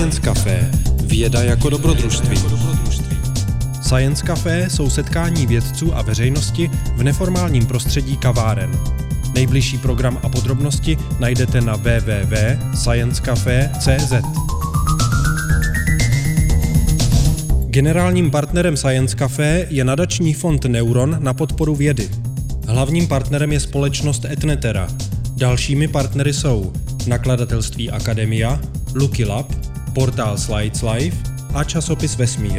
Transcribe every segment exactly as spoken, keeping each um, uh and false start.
Science Café. Věda jako dobrodružství. Science Café jsou setkání vědců a veřejnosti v neformálním prostředí kaváren. Nejbližší program a podrobnosti najdete na w w w tečka science cafe tečka c z. Generálním partnerem Science Café je nadační fond Neuron na podporu vědy. Hlavním partnerem je společnost Etnetera. Dalšími partnery jsou nakladatelství Akademia, Lucky Lab, portál Slides Live a časopis Vesmír.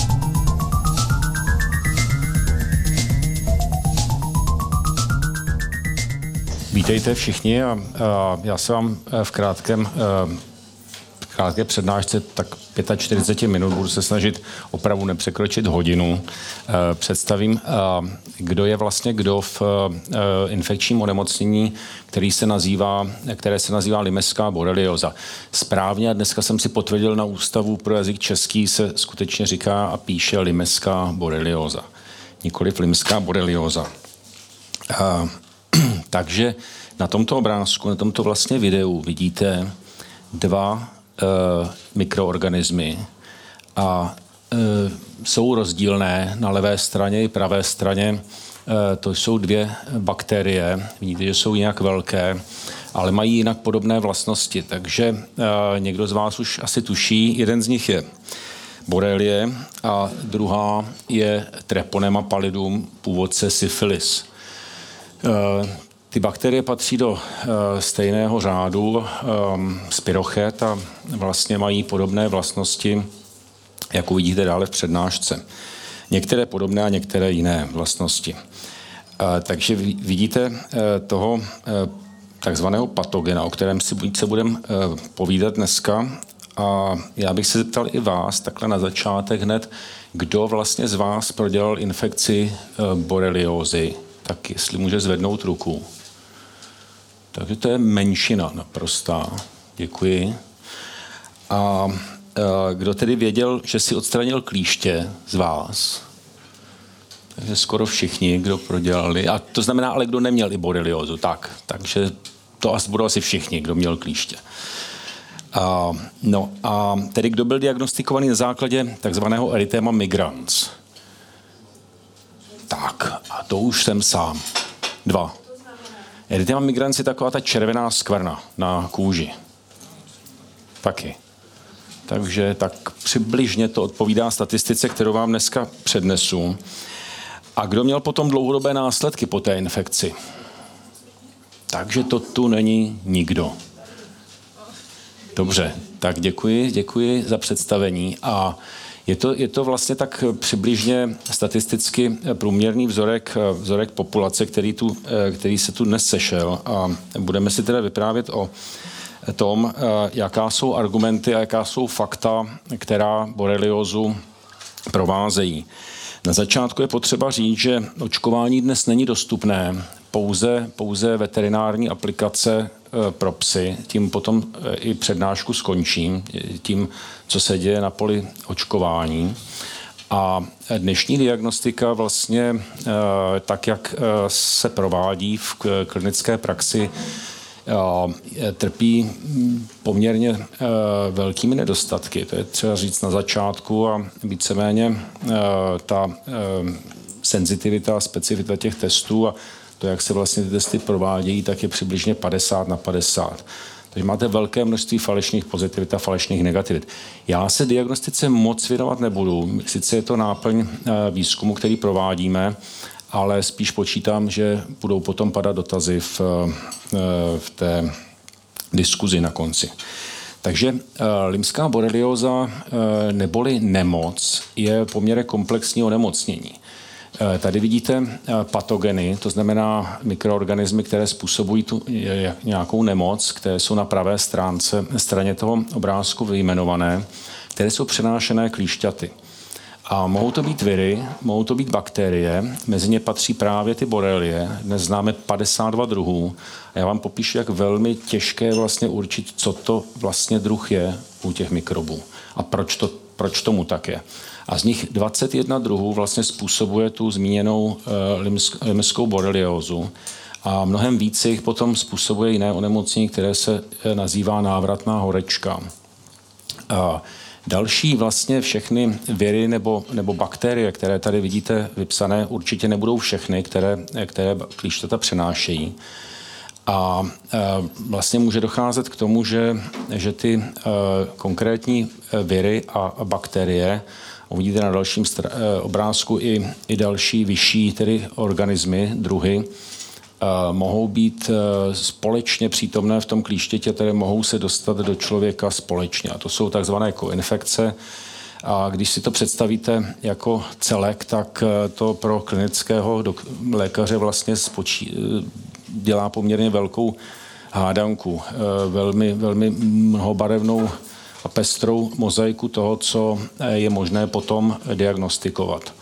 Vítejte všichni a, a já se vám v krátkém, v krátké přednášce tak čtyřicet pět minut budu se snažit opravdu nepřekročit hodinu. Představím, kdo je vlastně kdo v infekčním onemocnění, který se nazývá, které se nazývá limská borelioza. Správně, dneska jsem si potvrdil na Ústavu pro jazyk český, se skutečně říká a píše limská borelioza, nikoliv limská borelioza. Takže na tomto obrázku, na tomto vlastně videu vidíte dva e, mikroorganismy a e, jsou rozdílné na levé straně i pravé straně. E, to jsou dvě bakterie, vidíte, že jsou jinak velké, ale mají jinak podobné vlastnosti, takže e, někdo z vás už asi tuší, jeden z nich je borelie a druhá je Treponema pallidum, původce syfilis. E, Ty bakterie patří do uh, stejného řádu um, spirochet a vlastně mají podobné vlastnosti, jak uvidíte dále v přednášce. Některé podobné a některé jiné vlastnosti. Uh, takže vidíte uh, toho uh, takzvaného patogena, o kterém si se budeme uh, povídat dneska. A já bych se zeptal i vás, takhle na začátek hned, kdo vlastně z vás prodělal infekci uh, boreliózy, tak jestli může zvednout ruku. Takže to je menšina naprostá. Děkuji. A e, kdo tedy věděl, že si odstranil klíště z vás? Takže skoro všichni, kdo prodělali. A to znamená, ale kdo neměl i boreliózu. Tak, takže to asi budou asi všichni, kdo měl klíště. A, no a tedy kdo byl diagnostikovaný na základě takzvaného erythema migrans? Tak, a to už jsem sám. Dva. Erythema migrans je taková ta červená skvrna na kůži. Taky. Takže tak přibližně to odpovídá statistice, kterou vám dneska přednesu. A kdo měl potom dlouhodobé následky po té infekci? Takže to tu není nikdo. Dobře, tak děkuji, děkuji za představení. A Je to, je to vlastně tak přibližně statisticky průměrný vzorek, vzorek populace, který, tu, který se tu dnes sešel. A budeme si teda vyprávět o tom, jaká jsou argumenty a jaká jsou fakta, která boreliózu provázejí. Na začátku je potřeba říct, že očkování dnes není dostupné, pouze, pouze veterinární aplikace pro psy. Tím potom i přednášku skončím, tím, co se děje na poli očkování. A dnešní diagnostika vlastně tak, jak se provádí v klinické praxi, trpí poměrně velkými nedostatky. To je třeba říct na začátku a víceméně ta senzitivita a specifita těch testů a to, jak se vlastně ty testy provádějí, tak je přibližně padesát na padesát. Takže máte velké množství falešných pozitivit a falešných negativit. Já se diagnostice moc věnovat nebudu. Sice je to náplň výzkumu, který provádíme, ale spíš počítám, že budou potom padat dotazy v, v té diskuzi na konci. Takže limská borelioza neboli nemoc je poměrně komplexní onemocnění. Tady vidíte patogeny, to znamená mikroorganismy, které způsobují tu nějakou nemoc, které jsou na pravé stránce, straně toho obrázku vyjmenované, které jsou přenášené klíšťaty. A mohou to být viry, mohou to být bakterie, mezi ně patří právě ty borelie. Dnes známe padesát dva druhů. A já vám popíšu, jak velmi těžké vlastně určit, co to vlastně druh je u těch mikrobů a proč, to, proč tomu tak je. A z nich dvacet jedna druhů vlastně způsobuje tu zmíněnou uh, limskou boreliózu. A mnohem více jich potom způsobuje jiné onemocnění, které se nazývá návratná horečka. A další vlastně všechny viry nebo, nebo bakterie, které tady vidíte vypsané, určitě nebudou všechny, které, které klíšťata přenášejí. A e, vlastně může docházet k tomu, že, že ty e, konkrétní viry a, a bakterie, uvidíte na dalším stra, e, obrázku i, i další vyšší tedy organismy, druhy, e, mohou být e, společně přítomné v tom klíštětě, které mohou se dostat do člověka společně. A to jsou takzvané koinfekce. A když si to představíte jako celek, tak to pro klinického lékaře vlastně spočí, dělá poměrně velkou hádanku, velmi, velmi mnohobarevnou a pestrou mozaiku toho, co je možné potom diagnostikovat.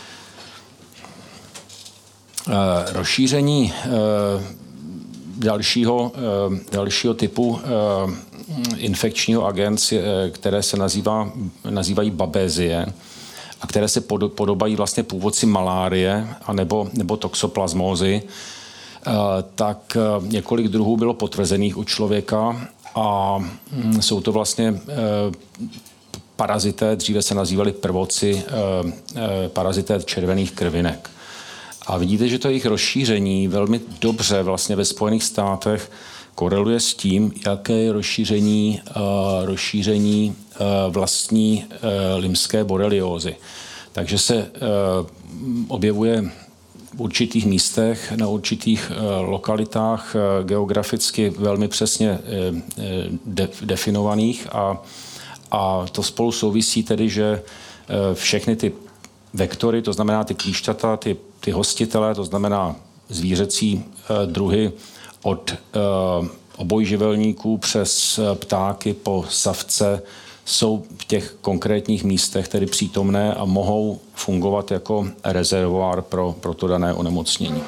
Rozšíření dalšího, dalšího typu infekčního agens, které se nazývá, nazývají babézie a které se podobají vlastně původci malárie anebo, nebo toxoplasmózy, tak několik druhů bylo potvrzených u člověka a jsou to vlastně parazité, dříve se nazývali prvoci, parazité červených krvinek. A vidíte, že to jejich rozšíření velmi dobře vlastně ve Spojených státech koreluje s tím, jaké je rozšíření, rozšíření vlastní limské boreliózy. Takže se objevuje v určitých místech, na určitých lokalitách geograficky velmi přesně definovaných a, a to spolu souvisí tedy, že všechny ty vektory, to znamená ty klíšťata, ty, ty hostitele, to znamená zvířecí druhy od obojživelníků přes ptáky po savce, jsou v těch konkrétních místech tedy přítomné a mohou fungovat jako rezervoár pro, pro to dané onemocnění.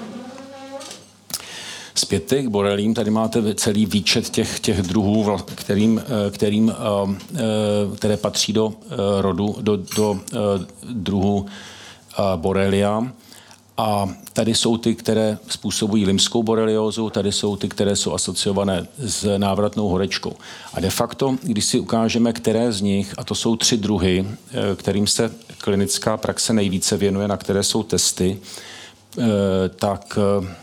Zpět k borelím, tady máte celý výčet těch, těch druhů, kterým, kterým, které patří do rodu, do, do druhu borelia. A tady jsou ty, které způsobují limskou boreliózu, tady jsou ty, které jsou asociované s návratnou horečkou. A de facto, když si ukážeme, které z nich, a to jsou tři druhy, kterým se klinická praxe nejvíce věnuje, na které jsou testy, tak,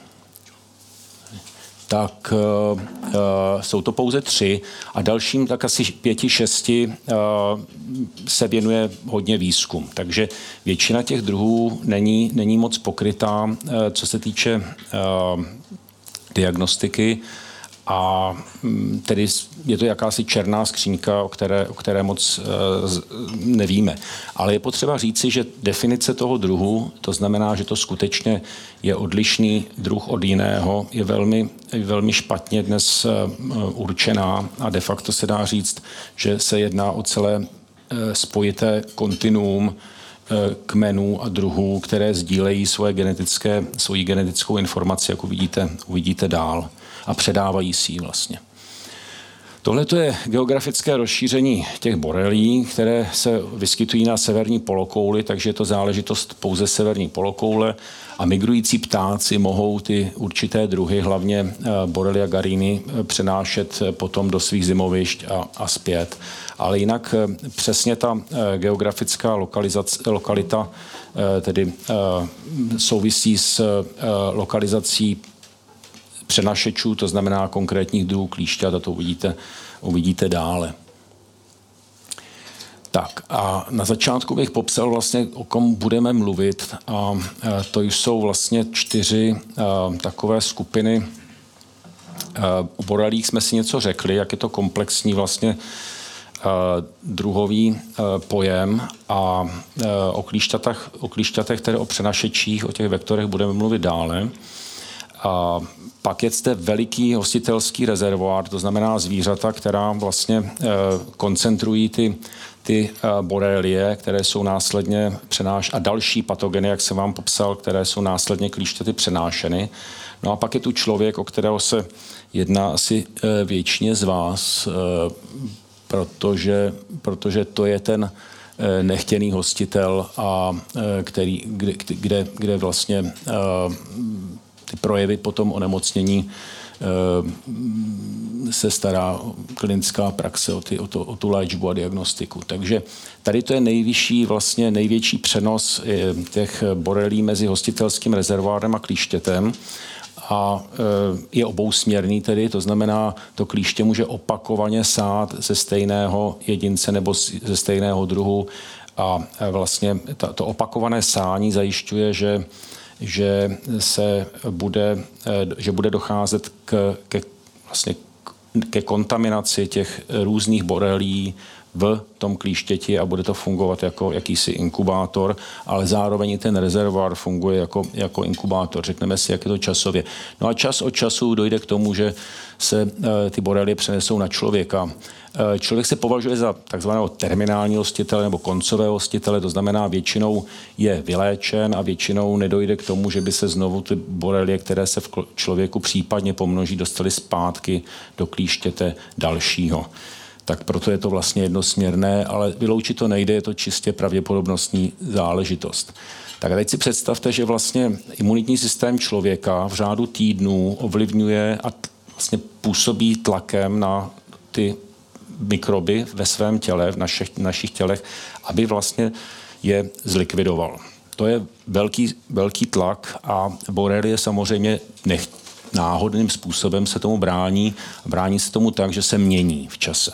tak jsou to pouze tři a dalším tak asi pěti, šesti se věnuje hodně výzkum. Takže většina těch druhů není, není moc pokrytá, co se týče diagnostiky a tedy je to jakási černá skřínka, o které, o které moc nevíme. Ale je potřeba říci, že definice toho druhu, to znamená, že to skutečně je odlišný druh od jiného, je velmi, velmi špatně dnes určená a de facto se dá říct, že se jedná o celé spojité kontinuum kmenů a druhů, které sdílejí svoje genetické, svoji genetickou informaci, jak uvidíte, uvidíte dál a předávají si ji vlastně. Tohle je geografické rozšíření těch borelí, které se vyskytují na severní polokouli, takže je to záležitost pouze severní polokoule a migrující ptáci mohou ty určité druhy, hlavně Borrelia garini, přenášet potom do svých zimovišť a, a zpět. Ale jinak přesně ta geografická lokalita tedy souvisí s lokalizací přenašečů, to znamená konkrétních druhů klíšťat, a to uvidíte, uvidíte dále. Tak a na začátku bych popsal vlastně, o kom budeme mluvit a to jsou vlastně čtyři takové skupiny. O borelích jsme si něco řekli, jak je to komplexní vlastně druhový pojem a o klíšťatech, o klíšťatech, které o přenašečích, o těch vektorech budeme mluvit dále. A pak je zde veliký hostitelský rezervoár, to znamená zvířata, která vlastně koncentrují ty, ty borelie, které jsou následně přenášeny, a další patogeny, jak jsem vám popsal, které jsou následně klíšťaty přenášeny. No a pak je tu člověk, o kterého se jedná asi většině z vás, protože, protože to je ten nechtěný hostitel, a který, kde, kde, kde vlastně ty projevy potom onemocnění se stará klinická praxe o, ty, o, to, o tu léčbu a diagnostiku. Takže tady to je nejvyšší, vlastně největší přenos těch borelí mezi hostitelským rezervoárem a klíštětem a je obousměrný tedy, to znamená, to klíště může opakovaně sát ze stejného jedince nebo ze stejného druhu a vlastně to opakované sání zajišťuje, že že se bude, že bude docházet k, ke, vlastně ke kontaminaci těch různých borelí v tom klíštěti a bude to fungovat jako jakýsi inkubátor, ale zároveň i ten rezervoár funguje jako, jako inkubátor. Řekneme si, jak je to časově. No a čas od času dojde k tomu, že se ty borelie přenesou na člověka. Člověk se považuje za takzvaného terminálního hostitele nebo koncového hostitele, to znamená většinou je vyléčen a většinou nedojde k tomu, že by se znovu ty borelie, které se v člověku případně pomnoží, dostaly zpátky do klíštěte dalšího. Tak proto je to vlastně jednosměrné, ale vyloučit to nejde, je to čistě pravděpodobnostní záležitost. Tak a teď si představte, že vlastně imunitní systém člověka v řádu týdnů ovlivňuje a vlastně působí tlakem na ty mikroby ve svém těle, v našich, našich tělech, aby vlastně je zlikvidoval. To je velký, velký tlak a borelie samozřejmě nech, náhodným způsobem se tomu brání. Brání se tomu tak, že se mění v čase.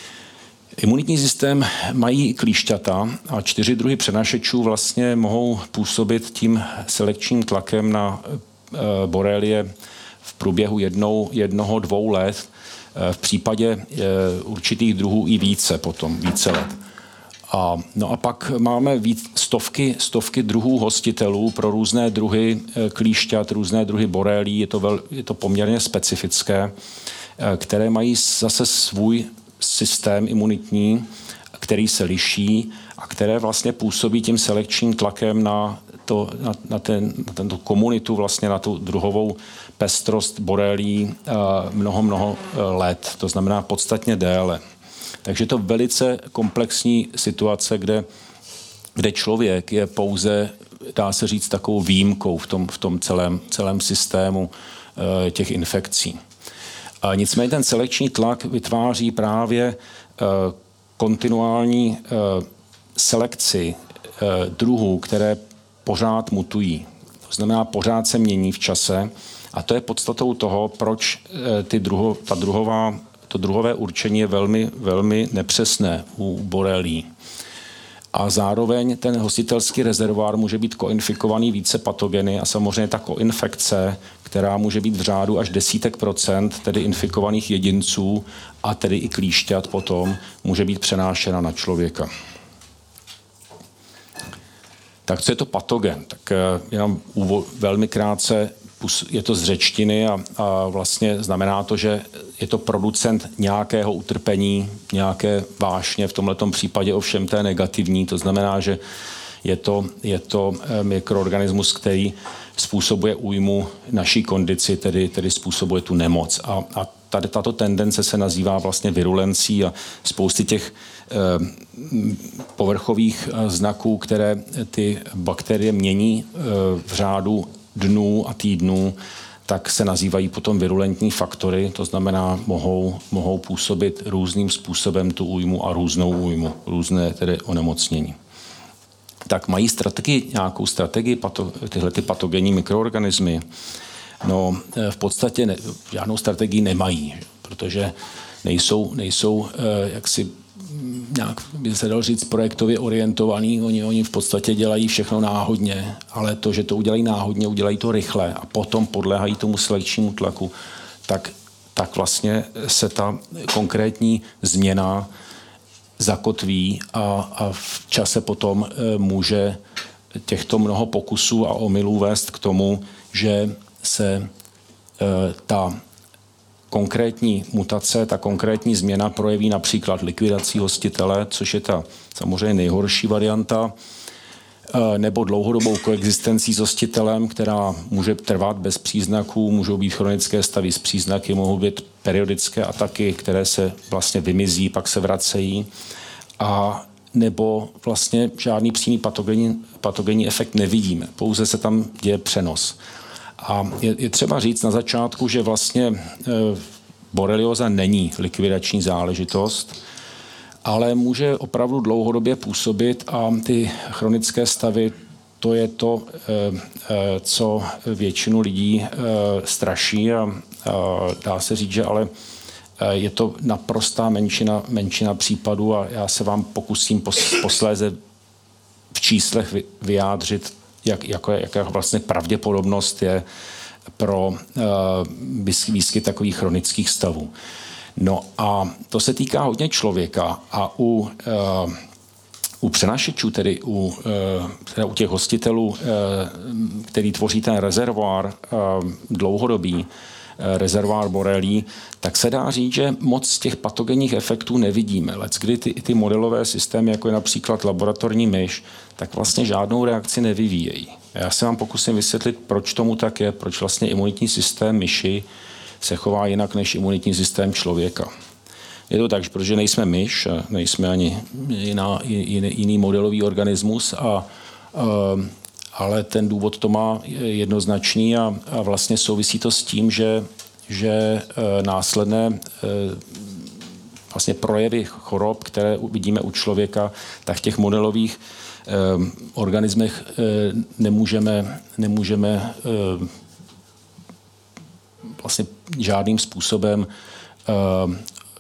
Imunitní systém mají klíšťata a čtyři druhy přenašečů vlastně mohou působit tím selekčním tlakem na borelie v průběhu jednou, jednoho, dvou let. V případě určitých druhů i více potom, více let. A, no a pak máme víc, stovky, stovky druhů hostitelů pro různé druhy klíšťat, různé druhy borelí, je to, vel, je to poměrně specifické, které mají zase svůj systém imunitní, který se liší a které vlastně působí tím selekčním tlakem na, to, na, na, ten, na tento komunitu, vlastně na tu druhovou pestrost borelí mnoho, mnoho let, to znamená podstatně déle. Takže to velice komplexní situace, kde, kde člověk je pouze, dá se říct, takovou výjimkou v tom, v tom celém, celém systému e, těch infekcí. A nicméně ten selekční tlak vytváří právě e, kontinuální e, selekci e, druhů, které pořád mutují. To znamená, pořád se mění v čase a to je podstatou toho, proč e, ty druho, ta druhová To druhové určení je velmi, velmi nepřesné u borelí. A zároveň ten hostitelský rezervoár může být koinfikovaný více patogeny a samozřejmě ta koinfekce, která může být v řádu až desítek procent, tedy infikovaných jedinců a tedy i klíšťat potom, může být přenášena na člověka. Tak co je to patogen? Tak jenom úvod, velmi krátce, je to z řečtiny a, a vlastně znamená to, že je to producent nějakého utrpení, nějaké vášně, v tomhletom případě ovšem té negativní, to znamená, že je to, je to mikroorganismus, který způsobuje újmu naší kondici, tedy, tedy způsobuje tu nemoc. A, a tady tato tendence se nazývá vlastně virulencí a spousty těch eh, povrchových znaků, které ty bakterie mění eh, v řádu dnů a týdnů, tak se nazývají potom virulentní faktory, to znamená, mohou, mohou působit různým způsobem tu újmu a různou újmu, různé tedy onemocnění. Tak mají strategii, nějakou strategii pato, tyhle ty patogenní mikroorganismy? No, v podstatě ne, žádnou strategii nemají, protože nejsou, nejsou jaksi nějak by se dalo říct projektově orientovaný, oni, oni v podstatě dělají všechno náhodně, ale to, že to udělají náhodně, udělají to rychle a potom podléhají tomu selekčnímu tlaku, tak, tak vlastně se ta konkrétní změna zakotví a, a v čase potom e, může těchto mnoho pokusů a omylů vést k tomu, že se e, ta konkrétní mutace, ta konkrétní změna projeví například likvidací hostitele, což je ta samozřejmě nejhorší varianta, nebo dlouhodobou koexistencí s hostitelem, která může trvat bez příznaků, můžou být chronické stavy s příznaky, mohou být periodické ataky, které se vlastně vymizí, pak se vracejí, a nebo vlastně žádný přímý patogenní, patogenní efekt nevidíme, pouze se tam děje přenos. A je, je třeba říct na začátku, že vlastně borelioza není likvidační záležitost, ale může opravdu dlouhodobě působit a ty chronické stavy, to je to, co většinu lidí straší a dá se říct, že ale je to naprostá menšina, menšina případů a já se vám pokusím posléze v číslech vyjádřit, jak, jako, jaká vlastně pravděpodobnost je pro výskyt takových chronických stavů. No a to se týká hodně člověka a u, u přenašečů, tedy u, teda u těch hostitelů, který tvoří ten rezervoár dlouhodobý, rezervoár borelí, tak se dá říct, že moc těch patogenních efektů nevidíme. Leckdy ty, ty modelové systémy, jako je například laboratorní myš, tak vlastně žádnou reakci nevyvíjejí. Já se vám pokusím vysvětlit, proč tomu tak je, proč vlastně imunitní systém myši se chová jinak než imunitní systém člověka. Je to tak, protože nejsme myš, nejsme ani jiná, jiný, jiný modelový organismus, a, a, ale ten důvod to má jednoznačný a, a vlastně souvisí to s tím, že, že následné vlastně projevy chorob, které vidíme u člověka, tak v těch modelových organismech nemůžeme, nemůžeme vlastně žádným způsobem uh,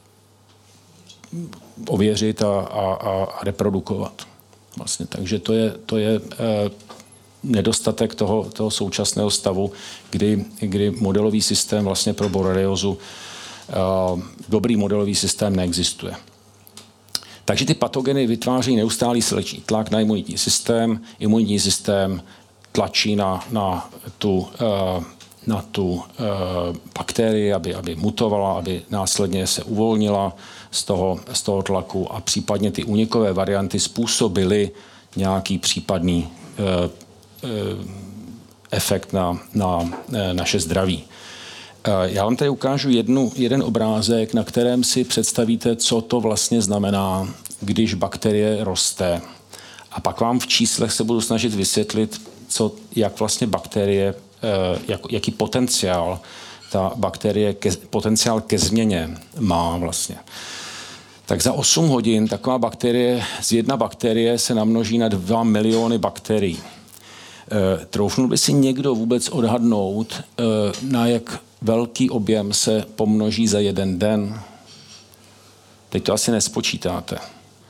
ověřit a, a, a reprodukovat. Vlastně. Takže to je, to je uh, nedostatek toho, toho současného stavu, kdy, kdy modelový systém vlastně pro boreliozu, uh, dobrý modelový systém neexistuje. Takže ty patogeny vytváří neustálý selekční tlak na imunitní systém. Imunitní systém tlačí na, na tu uh, na tu uh, bakterii, aby, aby mutovala, aby následně se uvolnila z toho, z toho tlaku a případně ty únikové varianty způsobily nějaký případný uh, uh, efekt na, na uh, naše zdraví. Uh, já vám tady ukážu jednu, jeden obrázek, na kterém si představíte, co to vlastně znamená, když bakterie roste. A pak vám v číslech se budu snažit vysvětlit, co, jak vlastně bakterie Jak, jaký potenciál ta bakterie, ke, potenciál ke změně má vlastně. Tak za osm hodin taková bakterie, z jedna bakterie se namnoží na dva miliony bakterií. E, troufnul by si někdo vůbec odhadnout, e, na jak velký objem se pomnoží za jeden den? Teď to asi nespočítáte.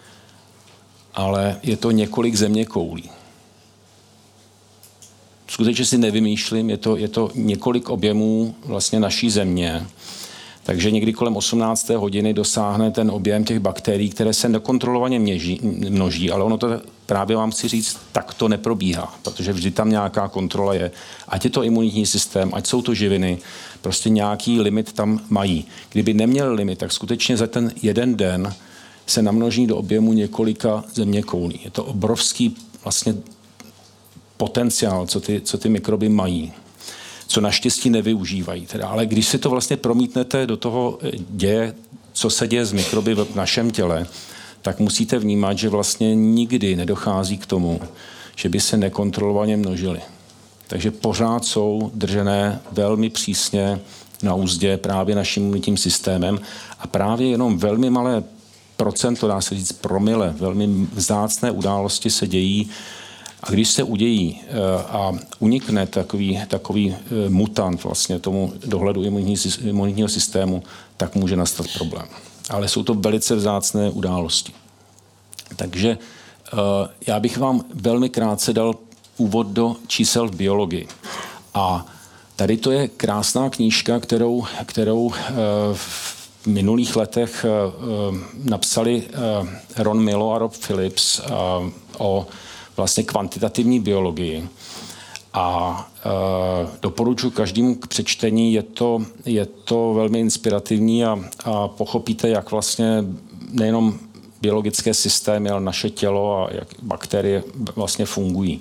Ale je to několik zeměkoulí. Skutečně si nevymýšlím, je to, je to několik objemů vlastně naší země. Takže někdy kolem osmnácté hodiny dosáhne ten objem těch bakterií, které se nekontrolovaně měží, množí, ale ono to právě vám chci říct, tak to neprobíhá, protože vždy tam nějaká kontrola je. Ať je to imunitní systém, ať jsou to živiny, prostě nějaký limit tam mají. Kdyby neměl limit, tak skutečně za ten jeden den se namnoží do objemu několika zeměkoulí. Je to obrovský vlastně potenciál, co ty, co ty mikroby mají, co naštěstí nevyužívají. Teda. Ale když si to vlastně promítnete do toho děje, co se děje s mikroby v našem těle, tak musíte vnímat, že vlastně nikdy nedochází k tomu, že by se nekontrolovaně množily. Takže pořád jsou držené velmi přísně na úzdě právě naším imunitním systémem a právě jenom velmi malé procento, dá se říct promile, velmi vzácné události se dějí. A když se udějí a unikne takový, takový mutant vlastně tomu dohledu imunitního systému, tak může nastat problém. Ale jsou to velice vzácné události. Takže já bych vám velmi krátce dal úvod do čísel v biologii. A tady to je krásná knížka, kterou, kterou v minulých letech napsali Ron Milo a Rob Phillips o vlastně kvantitativní biologii. A e, doporučuji každému k přečtení, je to, je to velmi inspirativní a, a pochopíte, jak vlastně nejenom biologické systémy, ale naše tělo a jak bakterie vlastně fungují.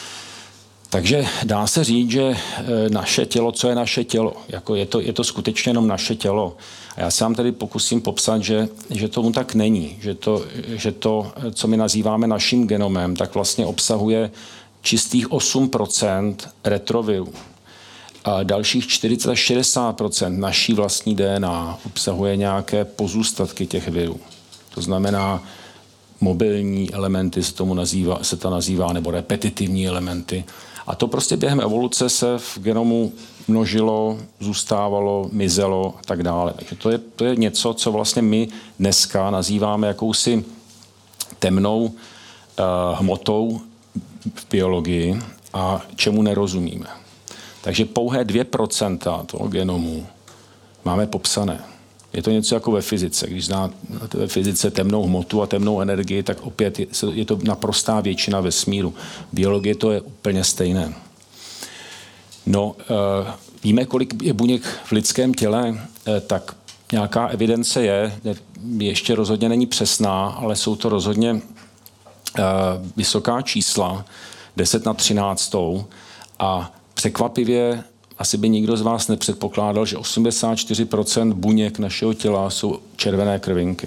Takže dá se říct, že naše tělo, co je naše tělo? Jako je, to, je to skutečně jenom naše tělo. A já se vám tedy pokusím popsat, že, že tomu tak není. Že to, že to, co my nazýváme naším genomem, tak vlastně obsahuje čistých osm procent retrovirů. A dalších čtyřicet až šedesát procent naší vlastní D N A obsahuje nějaké pozůstatky těch virů. To znamená mobilní elementy, se, tomu nazývá, se to nazývá, nebo repetitivní elementy. A to prostě během evoluce se v genomu množilo, zůstávalo, mizelo a tak dále. Takže to je, to je něco, co vlastně my dneska nazýváme jakousi temnou uh, hmotou v biologii a čemu nerozumíme. Takže pouhé dvě procenta toho genomu máme popsané. Je to něco jako ve fyzice. Když znáte ve fyzice temnou hmotu a temnou energii, tak opět je, je to naprostá většina vesmíru. V biologii to je úplně stejné. No, víme, kolik je buněk v lidském těle, tak nějaká evidence je, ještě rozhodně není přesná, ale jsou to rozhodně vysoká čísla, deset na třináctou, a překvapivě asi by nikdo z vás nepředpokládal, že osmdesát čtyři procent buněk našeho těla jsou červené krvinky.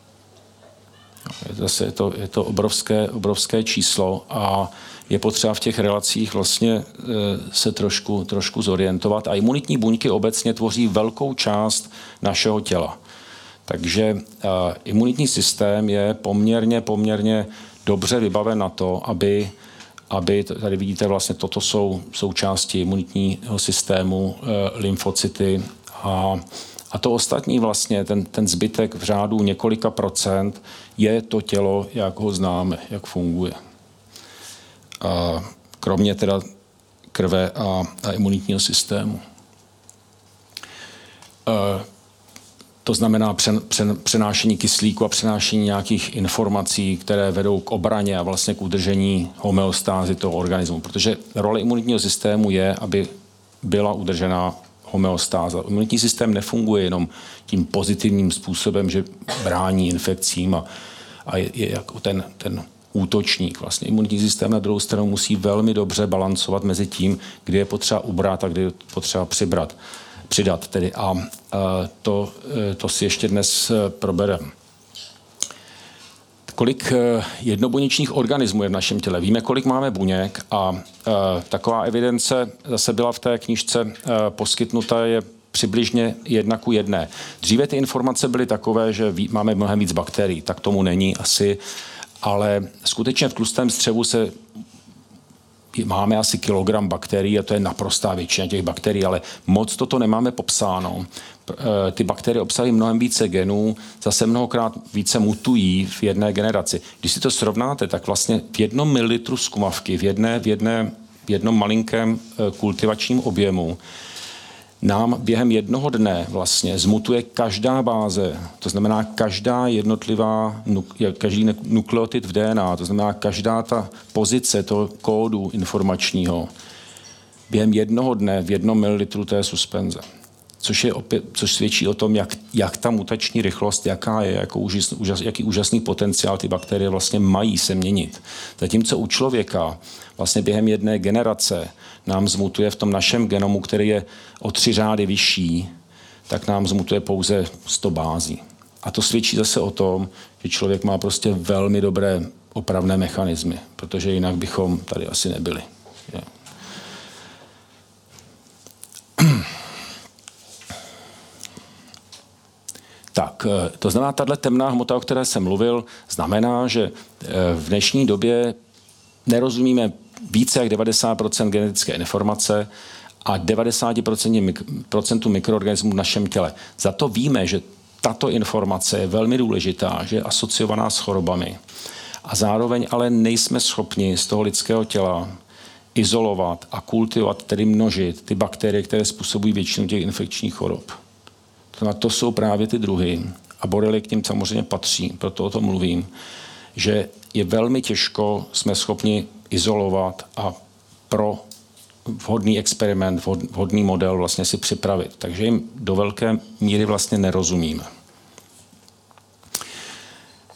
Je to, zase, je to, je to obrovské, obrovské číslo a je potřeba v těch relacích vlastně se trošku, trošku zorientovat. A imunitní buňky obecně tvoří velkou část našeho těla. Takže uh, imunitní systém je poměrně, poměrně dobře vybaven na to, aby aby, tady vidíte vlastně, toto jsou součásti imunitního systému, e, lymfocyty a, a to ostatní vlastně, ten, ten zbytek v řádu několika procent je to tělo, jak ho známe, jak funguje. A kromě teda krve a, a imunitního systému. E, To znamená přen, přen, přenášení kyslíku a přenášení nějakých informací, které vedou k obraně a vlastně k udržení homeostázy toho organismu. Protože role imunitního systému je, aby byla udržena homeostáza. Imunitní systém nefunguje jenom tím pozitivním způsobem, že brání infekcím a, a je, je jako ten, ten útočník. Vlastně imunitní systém na druhou stranu musí velmi dobře balancovat mezi tím, kdy je potřeba ubrat a kdy je potřeba přibrat. přidat tedy a to, to si ještě dnes probereme. Kolik jednobuněčných organismů je v našem těle? Víme, kolik máme buněk a taková evidence zase byla v té knížce poskytnuta, je přibližně jedna ku jedné. Dříve ty informace byly takové, že máme mnohem víc bakterií, tak tomu není asi, ale skutečně v tlustém střevu se máme asi kilogram bakterií a to je naprostá většina těch bakterií, ale moc toto nemáme popsáno. Ty bakterie obsahují mnohem více genů, zase mnohokrát více mutují v jedné generaci. Když si to srovnáte, tak vlastně v jednom mililitru zkumavky, v, jedné, v, jedné, v jednom malinkém kultivačním objemu nám během jednoho dne vlastně zmutuje každá báze, to znamená každá jednotlivá, každý nukleotid v D N A, to znamená každá ta pozice toho kódu informačního během jednoho dne v jednom mililitru té suspenze. Což, je opět, což svědčí o tom, jak, jak ta mutační rychlost, jaká je, jako úžas, úžas, jaký úžasný potenciál ty bakterie vlastně mají se měnit. Zatímco u člověka vlastně během jedné generace nám zmutuje v tom našem genomu, který je o tři řády vyšší, tak nám zmutuje pouze sto bází. A to svědčí zase o tom, že člověk má prostě velmi dobré opravné mechanismy, protože jinak bychom tady asi nebyli. Je. Tak, to znamená, tato temná hmota, o které jsem mluvil, znamená, že v dnešní době nerozumíme více jak devadesát procent genetické informace a devadesát procent mikroorganismů v našem těle. Za to víme, že tato informace je velmi důležitá, že je asociovaná s chorobami. A zároveň ale nejsme schopni z toho lidského těla izolovat a kultivovat, tedy množit ty bakterie, které způsobují většinu těch infekčních chorob. To jsou právě ty druhy a borely k ním samozřejmě patří, proto o tom mluvím, že je velmi těžko, jsme schopni izolovat a pro vhodný experiment, vhodný model vlastně si připravit. Takže jim do velké míry vlastně nerozumíme.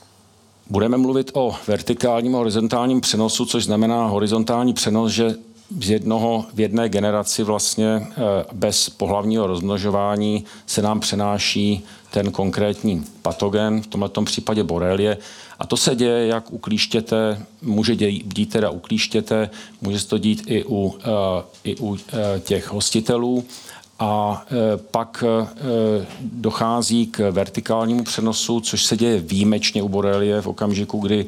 Budeme mluvit o vertikálním a horizontálním přenosu, což znamená horizontální přenos, že z jednoho, v jedné generaci vlastně bez pohlavního rozmnožování se nám přenáší ten konkrétní patogen, v tomto případě borelie. A to se děje jak u klíštěte, může dít teda u klíštěte, může se to dít i u, i u těch hostitelů. A pak dochází k vertikálnímu přenosu, což se děje výjimečně u borelie v okamžiku, kdy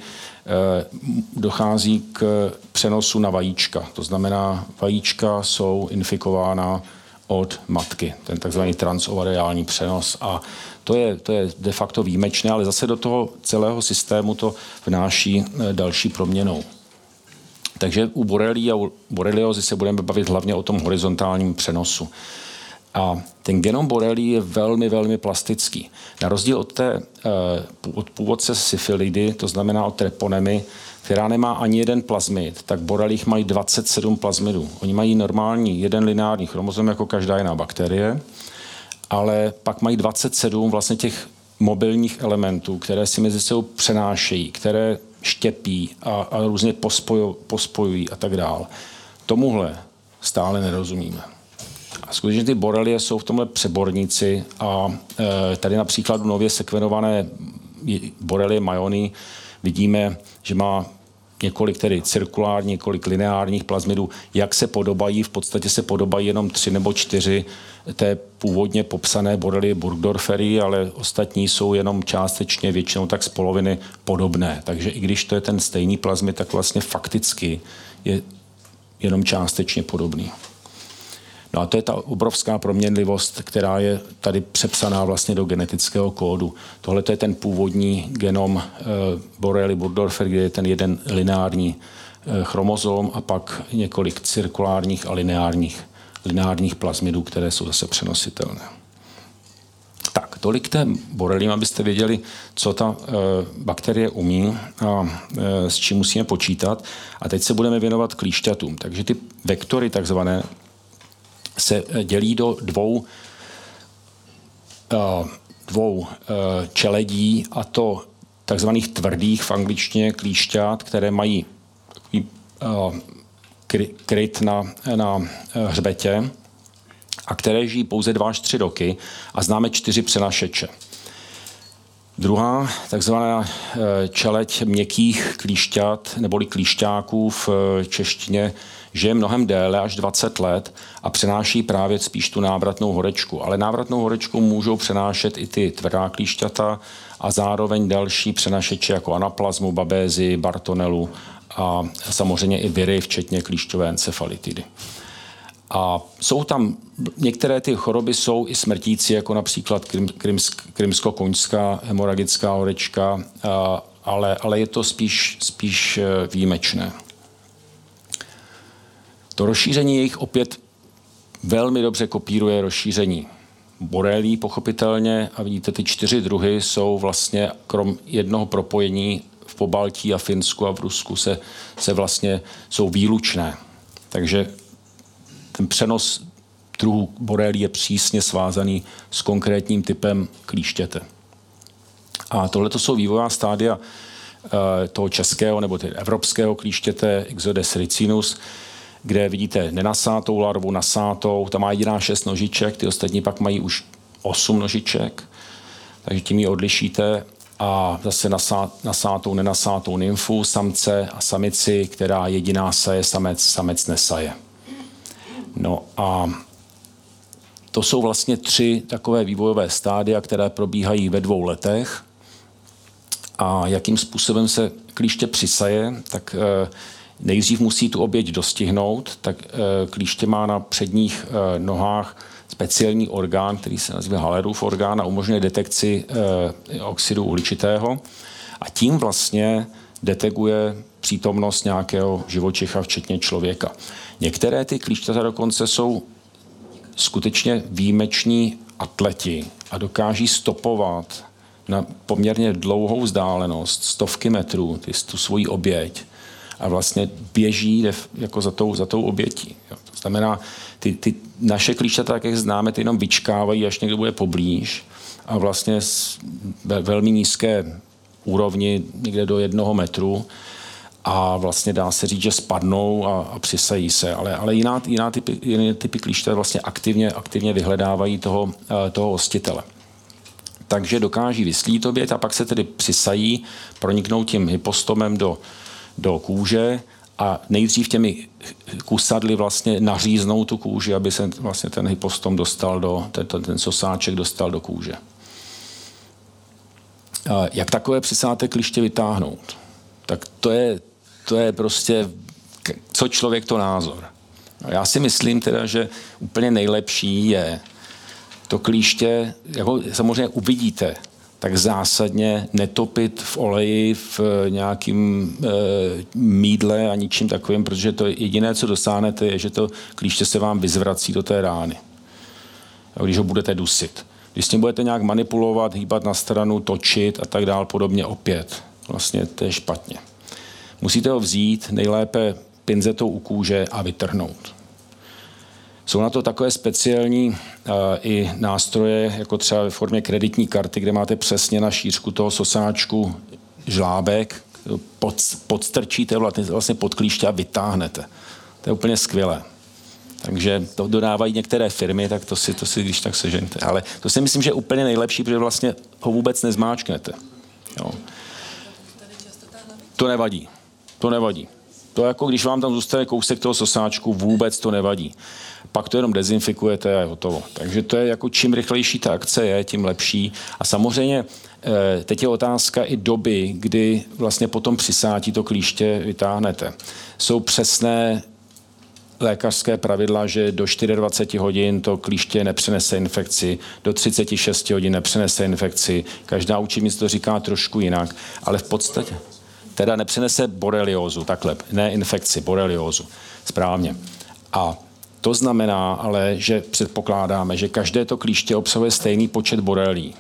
dochází k přenosu na vajíčka. To znamená, vajíčka jsou infikována od matky, ten takzvaný transovariální přenos. A to je, to je de facto výjimečné, ale zase do toho celého systému to vnáší další proměnou. Takže u borelii a u boreliozy se budeme bavit hlavně o tom horizontálním přenosu. A ten genom borelii je velmi, velmi plastický. Na rozdíl od té od původce syfilidy, to znamená od treponemy, která nemá ani jeden plazmid, tak borelích mají dvacet sedm plazmidů. Oni mají normální jeden lineární chromozom, jako každá jiná bakterie, ale pak mají dvacet sedm vlastně těch mobilních elementů, které si mezi sebou přenášejí, které štěpí a, a různě pospoju, pospojují a tak dále. Tomuhle stále nerozumíme. A skutečně ty borelie jsou v tomhle přeborníci a e, tady například u nově sekvenované borelie majony vidíme, že má několik tedy cirkulárních, několik lineárních plazmidů, jak se podobají, v podstatě se podobají jenom tři nebo čtyři té původně popsané borelie Burgdorferi, ale ostatní jsou jenom částečně, většinou tak z poloviny podobné. Takže i když to je ten stejný plazmid, tak vlastně fakticky je jenom částečně podobný. No a to je ta obrovská proměnlivost, která je tady přepsaná vlastně do genetického kódu. Tohle to je ten původní genom e, Borrelia burgdorferi, kde je ten jeden lineární e, chromozom a pak několik cirkulárních a lineárních, lineárních plazmidů, které jsou zase přenositelné. Tak, tolik té borelii, abyste věděli, co ta e, bakterie umí a e, s čím musíme počítat. A teď se budeme věnovat klíšťatům. Takže ty vektory takzvané se dělí do dvou, dvou čeledí, a to takzvaných tvrdých v angličtině klíšťat, které mají takový kryt na, na hřbetě a které žijí pouze dva až tři roky a známe čtyři přenašeče. Druhá takzvaná čeleď měkkých klíšťat neboli klíšťáků v češtině žije mnohem déle, až dvacet let, a přenáší právě spíš tu návratnou horečku. Ale návratnou horečku můžou přenášet i ty tvrdá klíšťata a zároveň další přenašeče jako anaplazmu, babézy, bartonelu a samozřejmě i viry, včetně klíšťové encefalitidy. A jsou tam, některé ty choroby jsou i smrtící, jako například krymsko-koňská hemoragická horečka, ale, ale je to spíš, spíš výjimečné. To rozšíření jejich opět velmi dobře kopíruje rozšíření borelí, pochopitelně, a vidíte, ty čtyři druhy jsou vlastně, krom jednoho propojení v Pobaltí a Finsku a v Rusku, se, se vlastně jsou výlučné. Takže ten přenos druhů borelí je přísně svázaný s konkrétním typem klíštěte. A tohle to jsou vývojová stádia e, toho českého nebo evropského klíštěte Ixodes ricinus, kde vidíte nenasátou larvu, nasátou, ta má jediná šest nožiček, ty ostatní pak mají už osm nožiček, takže tím ji odlišíte. A zase nasátou, nenasátou nymfu, samce a samici, která jediná saje, samec, samec nesaje. No a to jsou vlastně tři takové vývojové stádia, které probíhají ve dvou letech. A jakým způsobem se klíště přisaje, tak nejdřív musí tu oběť dostihnout, tak klíště má na předních nohách speciální orgán, který se nazývá Hallerův orgán a umožňuje detekci oxidu uhličitého a tím vlastně detekuje přítomnost nějakého živočicha, včetně člověka. Některé ty klíšťata dokonce jsou skutečně výjimeční atleti a dokáží stopovat na poměrně dlouhou vzdálenost, stovky metrů, ty, tu svoji oběť, a vlastně běží jako za tou, za tou obětí. Jo. To znamená, ty, ty naše klíšťata, tak jak známe, ty jenom vyčkávají, až někdo bude poblíž, a vlastně ve velmi nízké úrovni, někde do jednoho metru, a vlastně dá se říct, že spadnou a, a přisají se. Ale, ale jiná, jiná typy, jiné typy klíště vlastně aktivně, aktivně vyhledávají toho, toho hostitele. Takže dokáží vyslít oběť a pak se tedy přisají, proniknou tím hypostomem do, do kůže a nejdřív těmi kusadly vlastně naříznou tu kůži, aby se vlastně ten hypostom dostal do, ten, ten sosáček dostal do kůže. A jak takové přisáté klíště vytáhnout? Tak to je, to je prostě, co člověk to názor. Já si myslím teda, že úplně nejlepší je to klíště, jako samozřejmě uvidíte, tak zásadně netopit v oleji, v nějakým e, mýdle a ničím takovým, protože to jediné, co dosáhnete, je, že to klíště se vám vyzvrací do té rány, když ho budete dusit. Když s tím budete nějak manipulovat, hýbat na stranu, točit a tak dál podobně opět, vlastně to je špatně. Musíte ho vzít nejlépe pinzetou u kůže a vytrhnout. Jsou na to takové speciální uh, i nástroje, jako třeba ve formě kreditní karty, kde máte přesně na šířku toho sosáčku žlábek, pod, podstrčíte vlastně pod klíště a vytáhnete. To je úplně skvělé. Takže to dodávají některé firmy, tak to si, to si když tak sežeňte. Ale to si myslím, že je úplně nejlepší, protože vlastně ho vůbec nezmáčknete. Jo. To nevadí. To nevadí. To jako když vám tam zůstane kousek toho sosáčku, vůbec to nevadí. Pak to jenom dezinfikujete a je hotovo. Takže to je jako čím rychlejší ta akce je, tím lepší. A samozřejmě teď je otázka i doby, kdy vlastně potom přisátí to klíště vytáhnete. Jsou přesné lékařské pravidla, že do dvacet čtyři hodin to klíště nepřenese infekci, do třicet šest hodin nepřenese infekci. Každá učebnice to říká trošku jinak, ale v podstatě teda nepřenese boreliózu, takhle, ne infekci, boreliózu, správně. A to znamená ale, že předpokládáme, že každé to klíště obsahuje stejný počet borelí.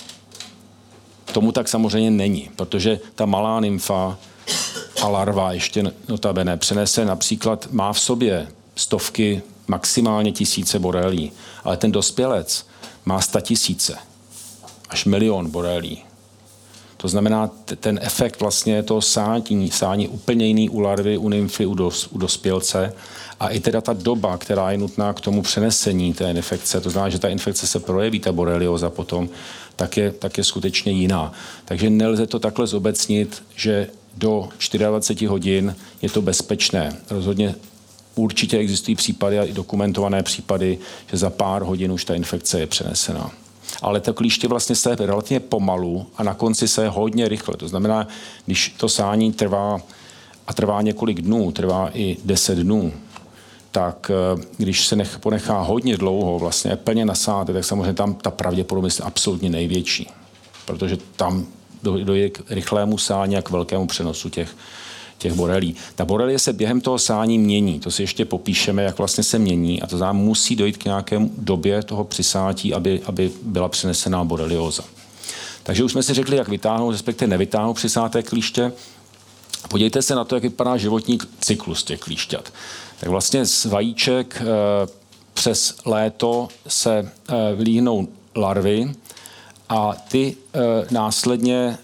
Tomu tak samozřejmě není, protože ta malá nymfa a larva ještě notabene přenese například, má v sobě stovky, maximálně tisíce borelí, ale ten dospělec má sta tisíce, až milion borelí. To znamená, t- ten efekt vlastně toho sání, sání úplně jiný u larvy, u nymfy, u, dos, u dospělce a i teda ta doba, která je nutná k tomu přenesení té infekce, to znamená, že ta infekce se projeví, ta borelioza potom, tak je, tak je skutečně jiná. Takže nelze to takhle zobecnit, že do dvacet čtyři hodin je to bezpečné. Rozhodně určitě existují případy a i dokumentované případy, že za pár hodin už ta infekce je přenesená. Ale to klíště vlastně se relativně pomalu a na konci se hodně rychle. To znamená, když to sání trvá a trvá několik dnů, trvá i deset dnů, tak když se nech, ponechá hodně dlouho, vlastně plně nasáté, tak samozřejmě tam ta pravděpodobnost je absolutně největší. Protože tam dojde k rychlému sání a k velkému přenosu těch, těch borelí. Ta borelie se během toho sání mění. To si ještě popíšeme, jak vlastně se mění. A to znamená, musí dojít k nějaké době toho přisátí, aby, aby byla přenesená borelióza. Takže už jsme si řekli, jak vytáhnout, respektive nevytáhnout přisáté klíště. Podívejte se na to, jak vypadá životní cyklus těch klíšťat. Tak vlastně z vajíček e, přes léto se e, vlíhnou larvy a ty e, následně e,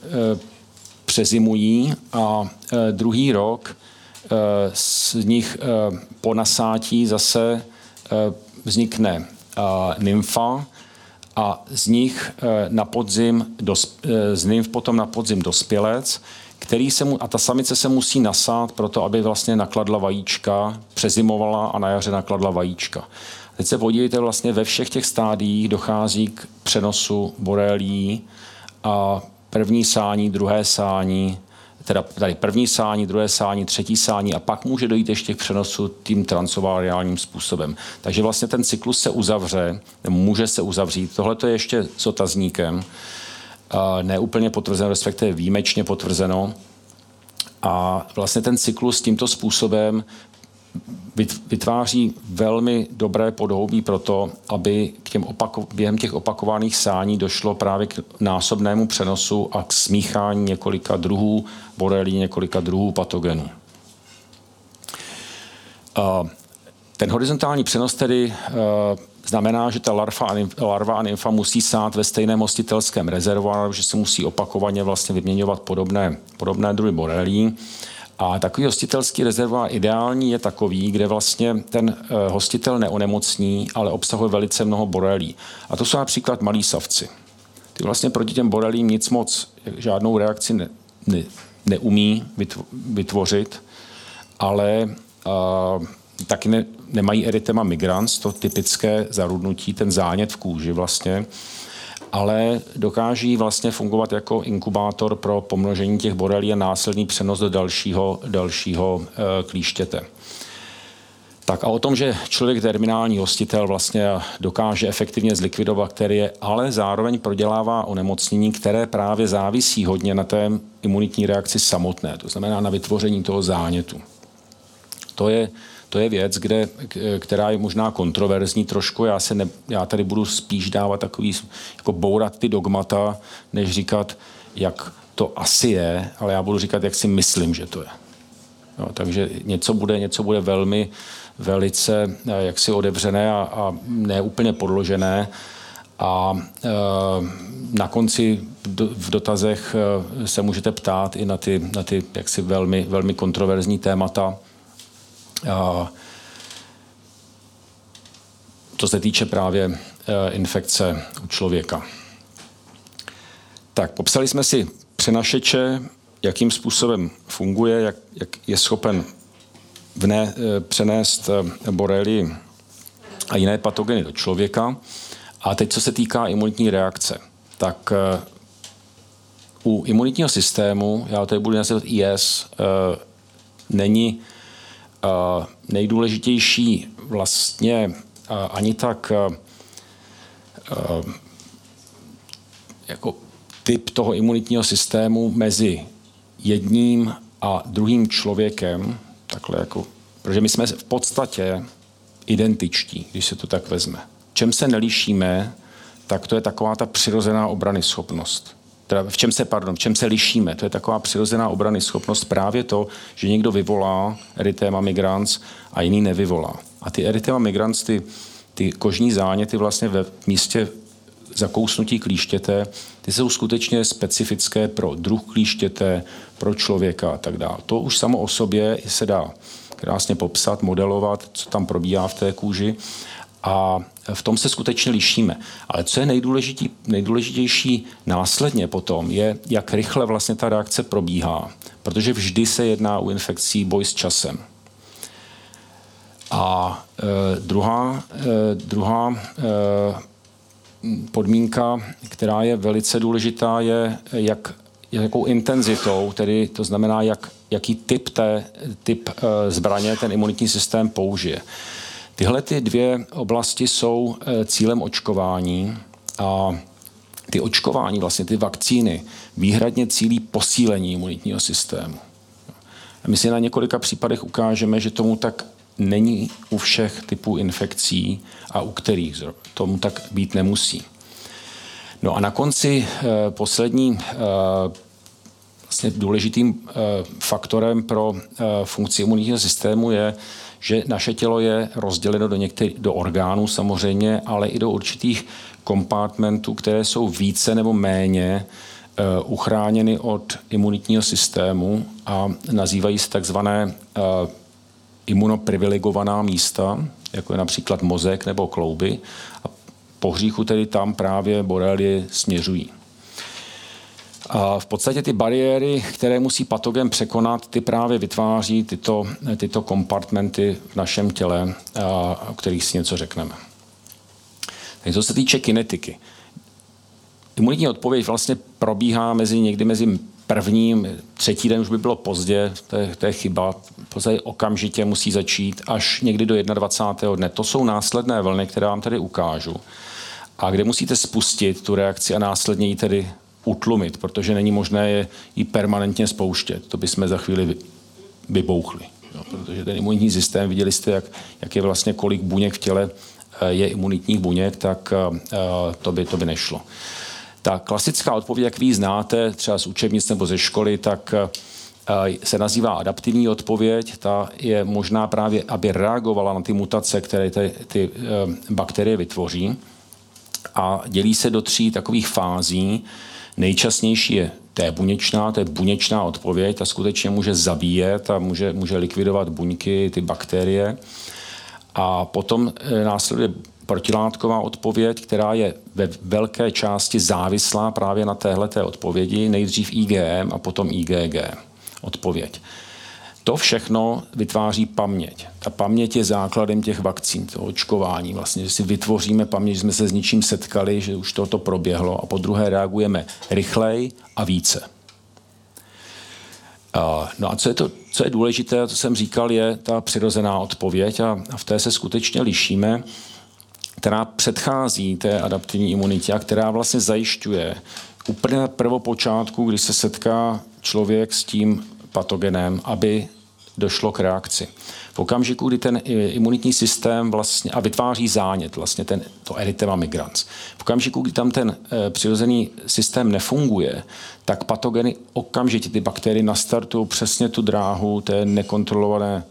přezimují a e, druhý rok e, z nich e, po nasátí zase e, vznikne e, nymfa a z nich e, na podzim, dos, e, z nymf potom na podzim dospělec, který se mu, a ta samice se musí nasát proto, aby vlastně nakladla vajíčka, přezimovala a na jaře nakladla vajíčka. Teď se podívejte, vlastně ve všech těch stádiích dochází k přenosu borelií a první sání, druhé sání, teda tady první sání, druhé sání, třetí sání a pak může dojít ještě k přenosu tím transovariálním způsobem. Takže vlastně ten cyklus se uzavře, může se uzavřít. Tohle to je ještě s otazníkem. Neúplně potvrzeno, respektive výjimečně potvrzeno. A vlastně ten cyklus tímto způsobem vytváří velmi dobré podhoubí pro to, aby k těm opako- během těch opakovaných sání došlo právě k násobnému přenosu a k smíchání několika druhů borelí, několika druhů patogenů. Ten horizontální přenos tedy znamená, že ta larva a, nymfa, larva a nymfa musí sát ve stejném hostitelském rezervoáru, že se musí opakovaně vlastně vyměňovat podobné, podobné druhy borelí A takový hostitelský rezervoár ideální je takový, kde vlastně ten hostitel neonemocní, ale obsahuje velice mnoho borelí. A to jsou například malí savci. Ty vlastně proti těm borelím nic moc, žádnou reakci ne, ne, neumí vytvořit, ale uh, taky ne, nemají erythema migrans, to typické zarudnutí, ten zánět v kůži vlastně, ale dokáží vlastně fungovat jako inkubátor pro pomnožení těch borelí a následný přenos do dalšího, dalšího uh, klíštěte. Tak a o tom, že člověk terminální hostitel vlastně dokáže efektivně zlikvidovat bakterie, ale zároveň prodělává onemocnění, které právě závisí hodně na té imunitní reakci samotné, to znamená na vytvoření toho zánětu. To je, to je věc, kde, která je možná kontroverzní trošku. Já, se ne, já tady budu spíš dávat takový, jako bourat ty dogmata, než říkat, jak to asi je, ale já budu říkat, jak si myslím, že to je. No, takže něco bude, něco bude velmi, velice jaksi otevřené a, a neúplně podložené. A e, na konci do, v dotazech e, se můžete ptát i na ty, na ty jaksi velmi, velmi kontroverzní témata. A, to se týče právě e, infekce u člověka. Tak, popsali jsme si přenašeče, jakým způsobem funguje, jak, jak je schopen vne, přenést borelii a jiné patogeny do člověka. A teď, co se týká imunitní reakce, tak u imunitního systému, já tady budu nazývat I S, není nejdůležitější vlastně ani tak jako typ toho imunitního systému mezi jedním a druhým člověkem, takhle jako, protože my jsme v podstatě identičtí, když se to tak vezme. Čem se nelišíme, tak to je taková ta přirozená obrany schopnost. Teda v čem se, pardon, v čem se lišíme, to je taková přirozená obrany schopnost právě to, že někdo vyvolá erythema migrans a jiný nevyvolá. A ty erythema migrans, ty, ty kožní záněty vlastně ve místě zakousnutí klíštěte, ty jsou skutečně specifické pro druh klíštěte, pro člověka a tak dále. To už samo o sobě se dá krásně popsat, modelovat, co tam probíhá v té kůži a v tom se skutečně lišíme. Ale co je nejdůležitý, nejdůležitější následně potom je, jak rychle vlastně ta reakce probíhá, protože vždy se jedná u infekcí boj s časem. A e, druhá, e, druhá e, podmínka, která je velice důležitá, je, jak, jakou intenzitou, tedy to znamená, jak, jaký typ, té, typ e, zbraně ten imunitní systém použije. Tyhle ty dvě oblasti jsou e, cílem očkování a ty očkování, vlastně ty vakcíny, výhradně cílí posílení imunitního systému. A my si na několika případech ukážeme, že tomu tak není u všech typů infekcí a u kterých tomu tak být nemusí. No a na konci eh, poslední eh, vlastně důležitým eh, faktorem pro eh, funkci imunitního systému je, že naše tělo je rozděleno do některých do orgánů samozřejmě, ale i do určitých kompartmentů, které jsou více nebo méně eh, uchráněny od imunitního systému a nazývají se takzvané eh, imunoprivilegovaná místa, jako je například mozek nebo klouby. A po hříchu tedy tam právě borelie směřují. A v podstatě ty bariéry, které musí patogen překonat, ty právě vytváří tyto, tyto kompartmenty v našem těle, o kterých si něco řekneme. Takže co se týče kinetiky. Imunitní odpověď vlastně probíhá mezi někdy mezi prvním, třetí den už by bylo pozdě, to je, to je chyba, později okamžitě musí začít až někdy do dvacátého prvního dne. To jsou následné vlny, které vám tady ukážu. A kde musíte spustit tu reakci a následně ji tedy utlumit, protože není možné je, ji permanentně spouštět. To bychom za chvíli vybouchli. Jo, protože ten imunitní systém, viděli jste, jak, jak je vlastně kolik buněk v těle je imunitních buněk, tak to by, to by nešlo. Ta klasická odpověď, jak vy ji znáte, třeba z učebnic nebo ze školy, tak se nazývá adaptivní odpověď. Ta je možná právě, aby reagovala na ty mutace, které ty, ty bakterie vytvoří. A dělí se do tří takových fází. Nejčastnější je to je buněčná, to je buněčná odpověď, ta skutečně může zabíjet a může, může likvidovat buňky, ty bakterie. A potom následuje protilátková odpověď, která je ve velké části závislá právě na téhleté odpovědi, nejdřív I G M a potom I G G odpověď. To všechno vytváří paměť. Ta paměť je základem těch vakcín, toho očkování. Vlastně, že si vytvoříme paměť, že jsme se s ničím setkali, že už toto proběhlo a po druhé reagujeme rychleji a více. No a co je, to, co je důležité, co jsem říkal, je ta přirozená odpověď a, a v té se skutečně lišíme, která předchází té adaptivní imunitě a která vlastně zajišťuje úplně na prvopočátku, když se setká člověk s tím patogenem, aby došlo k reakci. V okamžiku, kdy ten imunitní systém vlastně a vytváří zánět, vlastně ten, to erythema migrans. V okamžiku, kdy tam ten e, přirozený systém nefunguje, tak patogeny okamžitě ty bakterie nastartují přesně tu dráhu té nekontrolované,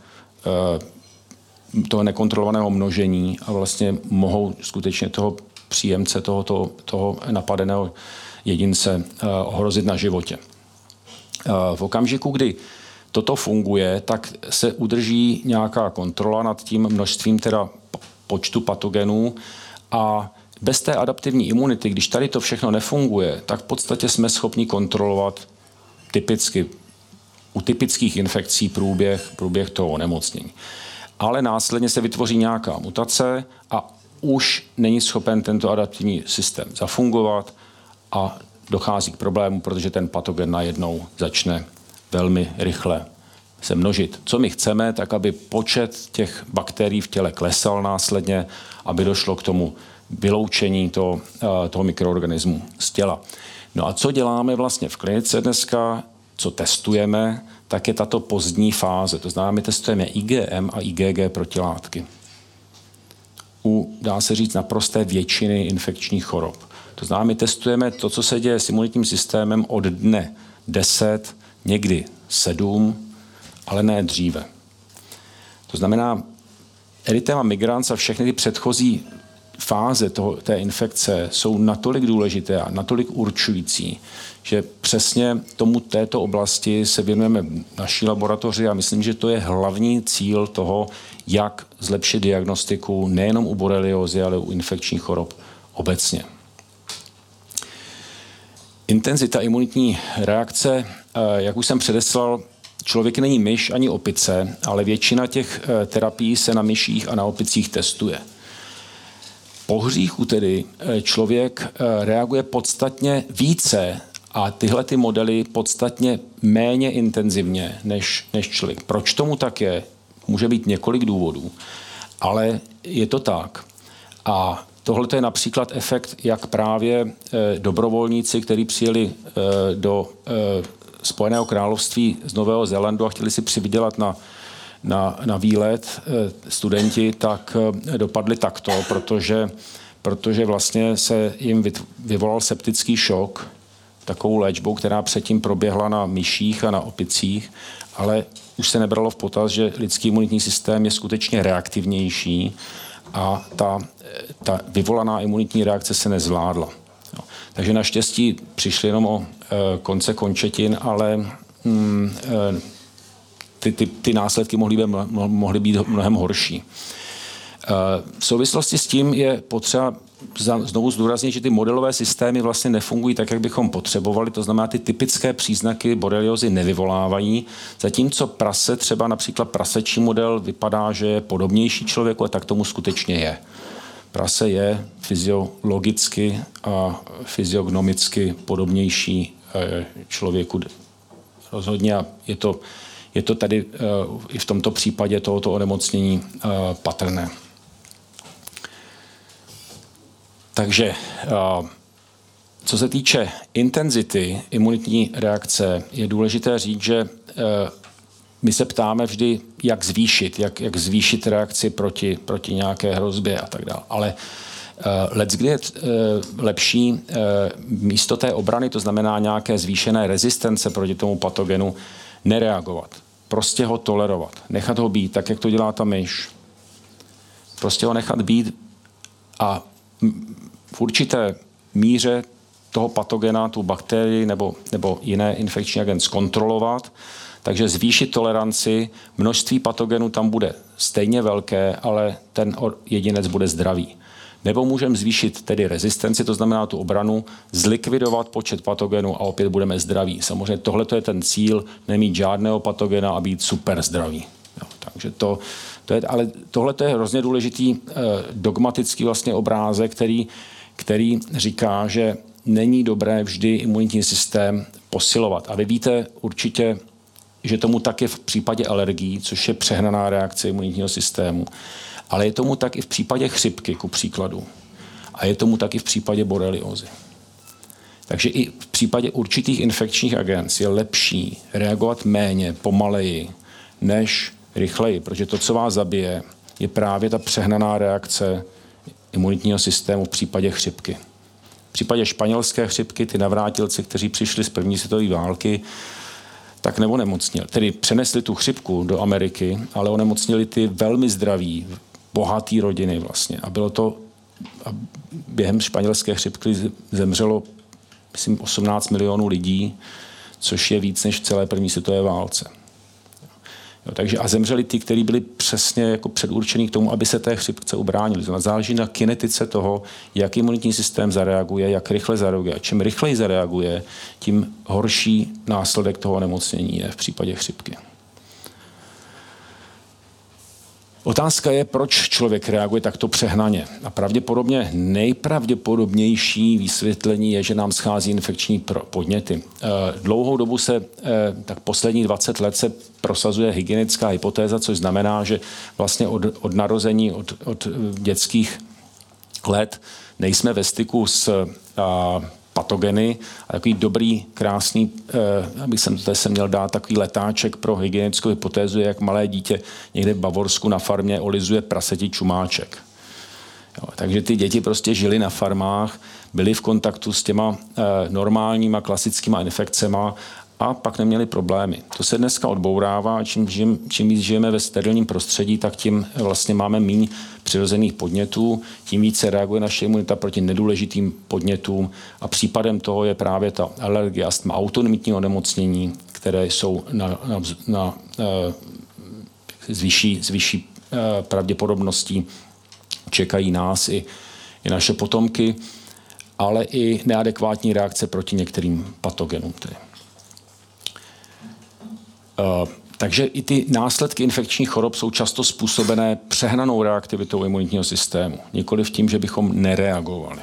e, toho nekontrolovaného množení a vlastně mohou skutečně toho příjemce, tohoto, toho napadeného jedince e, ohrozit na životě. E, v okamžiku, kdy toto funguje, tak se udrží nějaká kontrola nad tím množstvím teda počtu patogenů a bez té adaptivní imunity, když tady to všechno nefunguje, tak v podstatě jsme schopni kontrolovat typicky, u typických infekcí průběh, průběh toho onemocnění. Ale následně se vytvoří nějaká mutace a už není schopen tento adaptivní systém zafungovat a dochází k problému, protože ten patogen najednou začne velmi rychle se množit. Co my chceme, tak aby počet těch bakterií v těle klesal následně, aby došlo k tomu vyloučení toho, toho mikroorganismu z těla. No a co děláme vlastně v klinice dneska, co testujeme, tak je tato pozdní fáze. To znamená, my testujeme I G M a I G G protilátky. U, dá se říct, naprosté většiny infekčních chorob. To znamená, my testujeme to, co se děje s imunitním systémem od dne deset, někdy sedm, ale ne dříve. To znamená, erythema migrans a všechny ty předchozí fáze toho, té infekce jsou natolik důležité a natolik určující, že přesně tomu této oblasti se věnujeme naší laboratoři a myslím, že to je hlavní cíl toho, jak zlepšit diagnostiku nejenom u boreliózy, ale u infekčních chorob obecně. Intenzita imunitní reakce, jak už jsem předeslal, člověk není myš ani opice, ale většina těch terapií se na myších a na opicích testuje. Po hříchu tedy člověk reaguje podstatně více a tyhle ty modely podstatně méně intenzivně než, než člověk. Proč tomu tak je? Může být několik důvodů, ale je to tak. A tohle je například efekt, jak právě dobrovolníci, kteří přijeli do Spojeného království z Nového Zélandu a chtěli si přivydělat na, na, na výlet studenti, tak dopadli takto, protože, protože vlastně se jim vyvolal septický šok takovou léčbou, která předtím proběhla na myších a na opicích, ale už se nebralo v potaz, že lidský imunitní systém je skutečně reaktivnější a ta, ta vyvolaná imunitní reakce se nezvládla. No. Takže naštěstí přišli jenom o e, konce končetin, ale mm, e, ty, ty, ty následky mohly být, mohly být mnohem horší. E, v souvislosti s tím je potřeba za, znovu zdůraznit, že ty modelové systémy vlastně nefungují tak, jak bychom potřebovali, to znamená, ty typické příznaky boreliozy nevyvolávají, zatímco prase, třeba například prasečí model, vypadá, že je podobnější člověku, a tak tomu skutečně je. Prase je fyziologicky a fyziognomicky podobnější člověku rozhodně a je to, je to tady i v tomto případě tohoto onemocnění patrné. Takže co se týče intenzity imunitní reakce, je důležité říct, že my se ptáme vždy, jak zvýšit, jak, jak zvýšit reakci proti, proti nějaké hrozbě a tak dále. Ale uh, leckdy je uh, lepší uh, místo té obrany, to znamená nějaké zvýšené rezistence proti tomu patogenu, nereagovat. Prostě ho tolerovat. Nechat ho být, tak jak to dělá ta myš. Prostě ho nechat být a v určité míře toho patogena, tu bakterii nebo, nebo jiné infekční agent zkontrolovat, takže zvýšit toleranci, množství patogenů tam bude stejně velké, ale ten jedinec bude zdravý. Nebo můžeme zvýšit tedy rezistenci, to znamená tu obranu, zlikvidovat počet patogenů a opět budeme zdraví. Samozřejmě tohle je ten cíl, nemít žádného patogena a být super zdraví. Jo, takže to, to je, ale tohle je hrozně důležitý eh, dogmatický vlastně obrázek, který, který říká, že není dobré vždy imunitní systém posilovat. A vy víte určitě, že tomu tak je v případě alergií, což je přehnaná reakce imunitního systému. Ale je tomu tak i v případě chřipky, ku příkladu. A je tomu tak i v případě boreliózy. Takže i v případě určitých infekčních agens je lepší reagovat méně, pomaleji, než rychleji, protože to, co vás zabije, je právě ta přehnaná reakce imunitního systému v případě chřipky. V případě španělské chřipky ty navrátilci, kteří přišli z první světové války, tak neonemocnili. Tedy přenesli tu chřipku do Ameriky, ale onemocnili ty velmi zdraví, bohatý rodiny vlastně. A bylo to, a během španělské chřipky zemřelo, myslím, osmnáct milionů lidí, což je víc než v celé první světové válce. Jo, takže a zemřeli ty, kteří byli přesně jako předurčení k tomu, aby se té chřipce ubránili. To záleží na kinetice toho, jak imunitní systém zareaguje, jak rychle zareaguje. A čím rychleji zareaguje, tím horší následek toho onemocnění je v případě chřipky. Otázka je, proč člověk reaguje takto přehnaně. A pravděpodobně nejpravděpodobnější vysvětlení je, že nám schází infekční podněty. Dlouhou dobu se, tak poslední dvacet let se prosazuje hygienická hypotéza, což znamená, že vlastně od, od narození, od, od dětských let nejsme ve styku s a, patogeny a takový dobrý, krásný, eh, abych jsem tady se měl dát takový letáček pro hygienickou hypotézu, jak malé dítě někde v Bavorsku na farmě olizuje praseti čumáček. Jo, takže ty děti prostě žili na farmách, byli v kontaktu s těma eh, normálníma, klasickýma infekcema a pak neměli problémy. To se dneska odbourává a čím, žijeme, čím víc žijeme ve sterilním prostředí, tak tím vlastně máme míň přirozených podnětů, tím více reaguje naše imunita proti nedůležitým podnětům a případem toho je právě ta alergie, astma, autoimunitní onemocnění, které jsou na, na, na s vyšší, s vyšší pravděpodobností, čekají nás i, i naše potomky, ale i neadekvátní reakce proti některým patogenům. Tedy. Uh, takže i ty následky infekčních chorob jsou často způsobené přehnanou reaktivitou imunitního systému, nikoliv tím, že bychom nereagovali.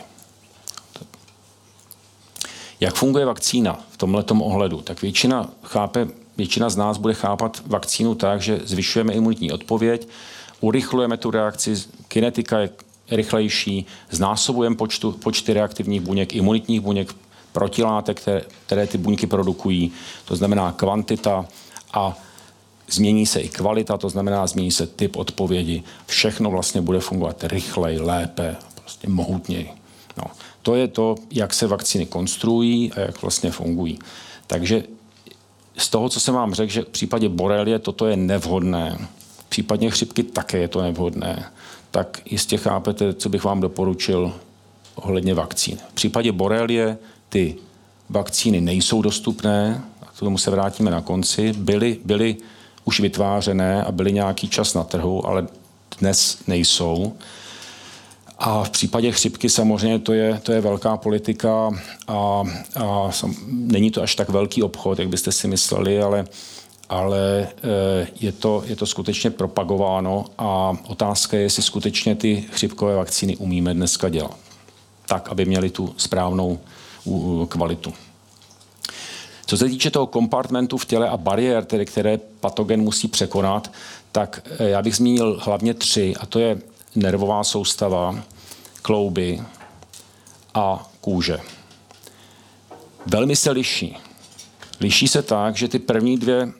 Jak funguje vakcína v tomhletom ohledu? Tak většina, chápe, většina z nás bude chápat vakcínu tak, že zvyšujeme imunitní odpověď, urychlujeme tu reakci, kinetika je rychlejší, znásobujeme počtu, počty reaktivních buněk, imunitních buněk, protilátek, které, které ty buňky produkují, to znamená kvantita, a změní se i kvalita, to znamená, změní se typ odpovědi. Všechno vlastně bude fungovat rychleji, lépe, prostě mohutněji. No, to je to, jak se vakcíny konstruují a jak vlastně fungují. Takže z toho, co jsem vám řekl, že v případě borelie toto je nevhodné, v případě chřipky také je to nevhodné, tak jistě chápete, co bych vám doporučil ohledně vakcín. V případě borelie ty vakcíny nejsou dostupné, k tomu se vrátíme na konci, byly, byly už vytvářené a byly nějaký čas na trhu, ale dnes nejsou. A v případě chřipky samozřejmě to je, to je velká politika a, a sam, není to až tak velký obchod, jak byste si mysleli, ale, ale je, to, je to skutečně propagováno a otázka je, jestli skutečně ty chřipkové vakcíny umíme dneska dělat. Tak, aby měly tu správnou kvalitu. Co se týče toho kompartmentu v těle a bariér, tedy, které patogen musí překonat, tak já bych zmínil hlavně tři, a to je nervová soustava, klouby a kůže. Velmi se liší. Liší se tak, že ty první dvě e,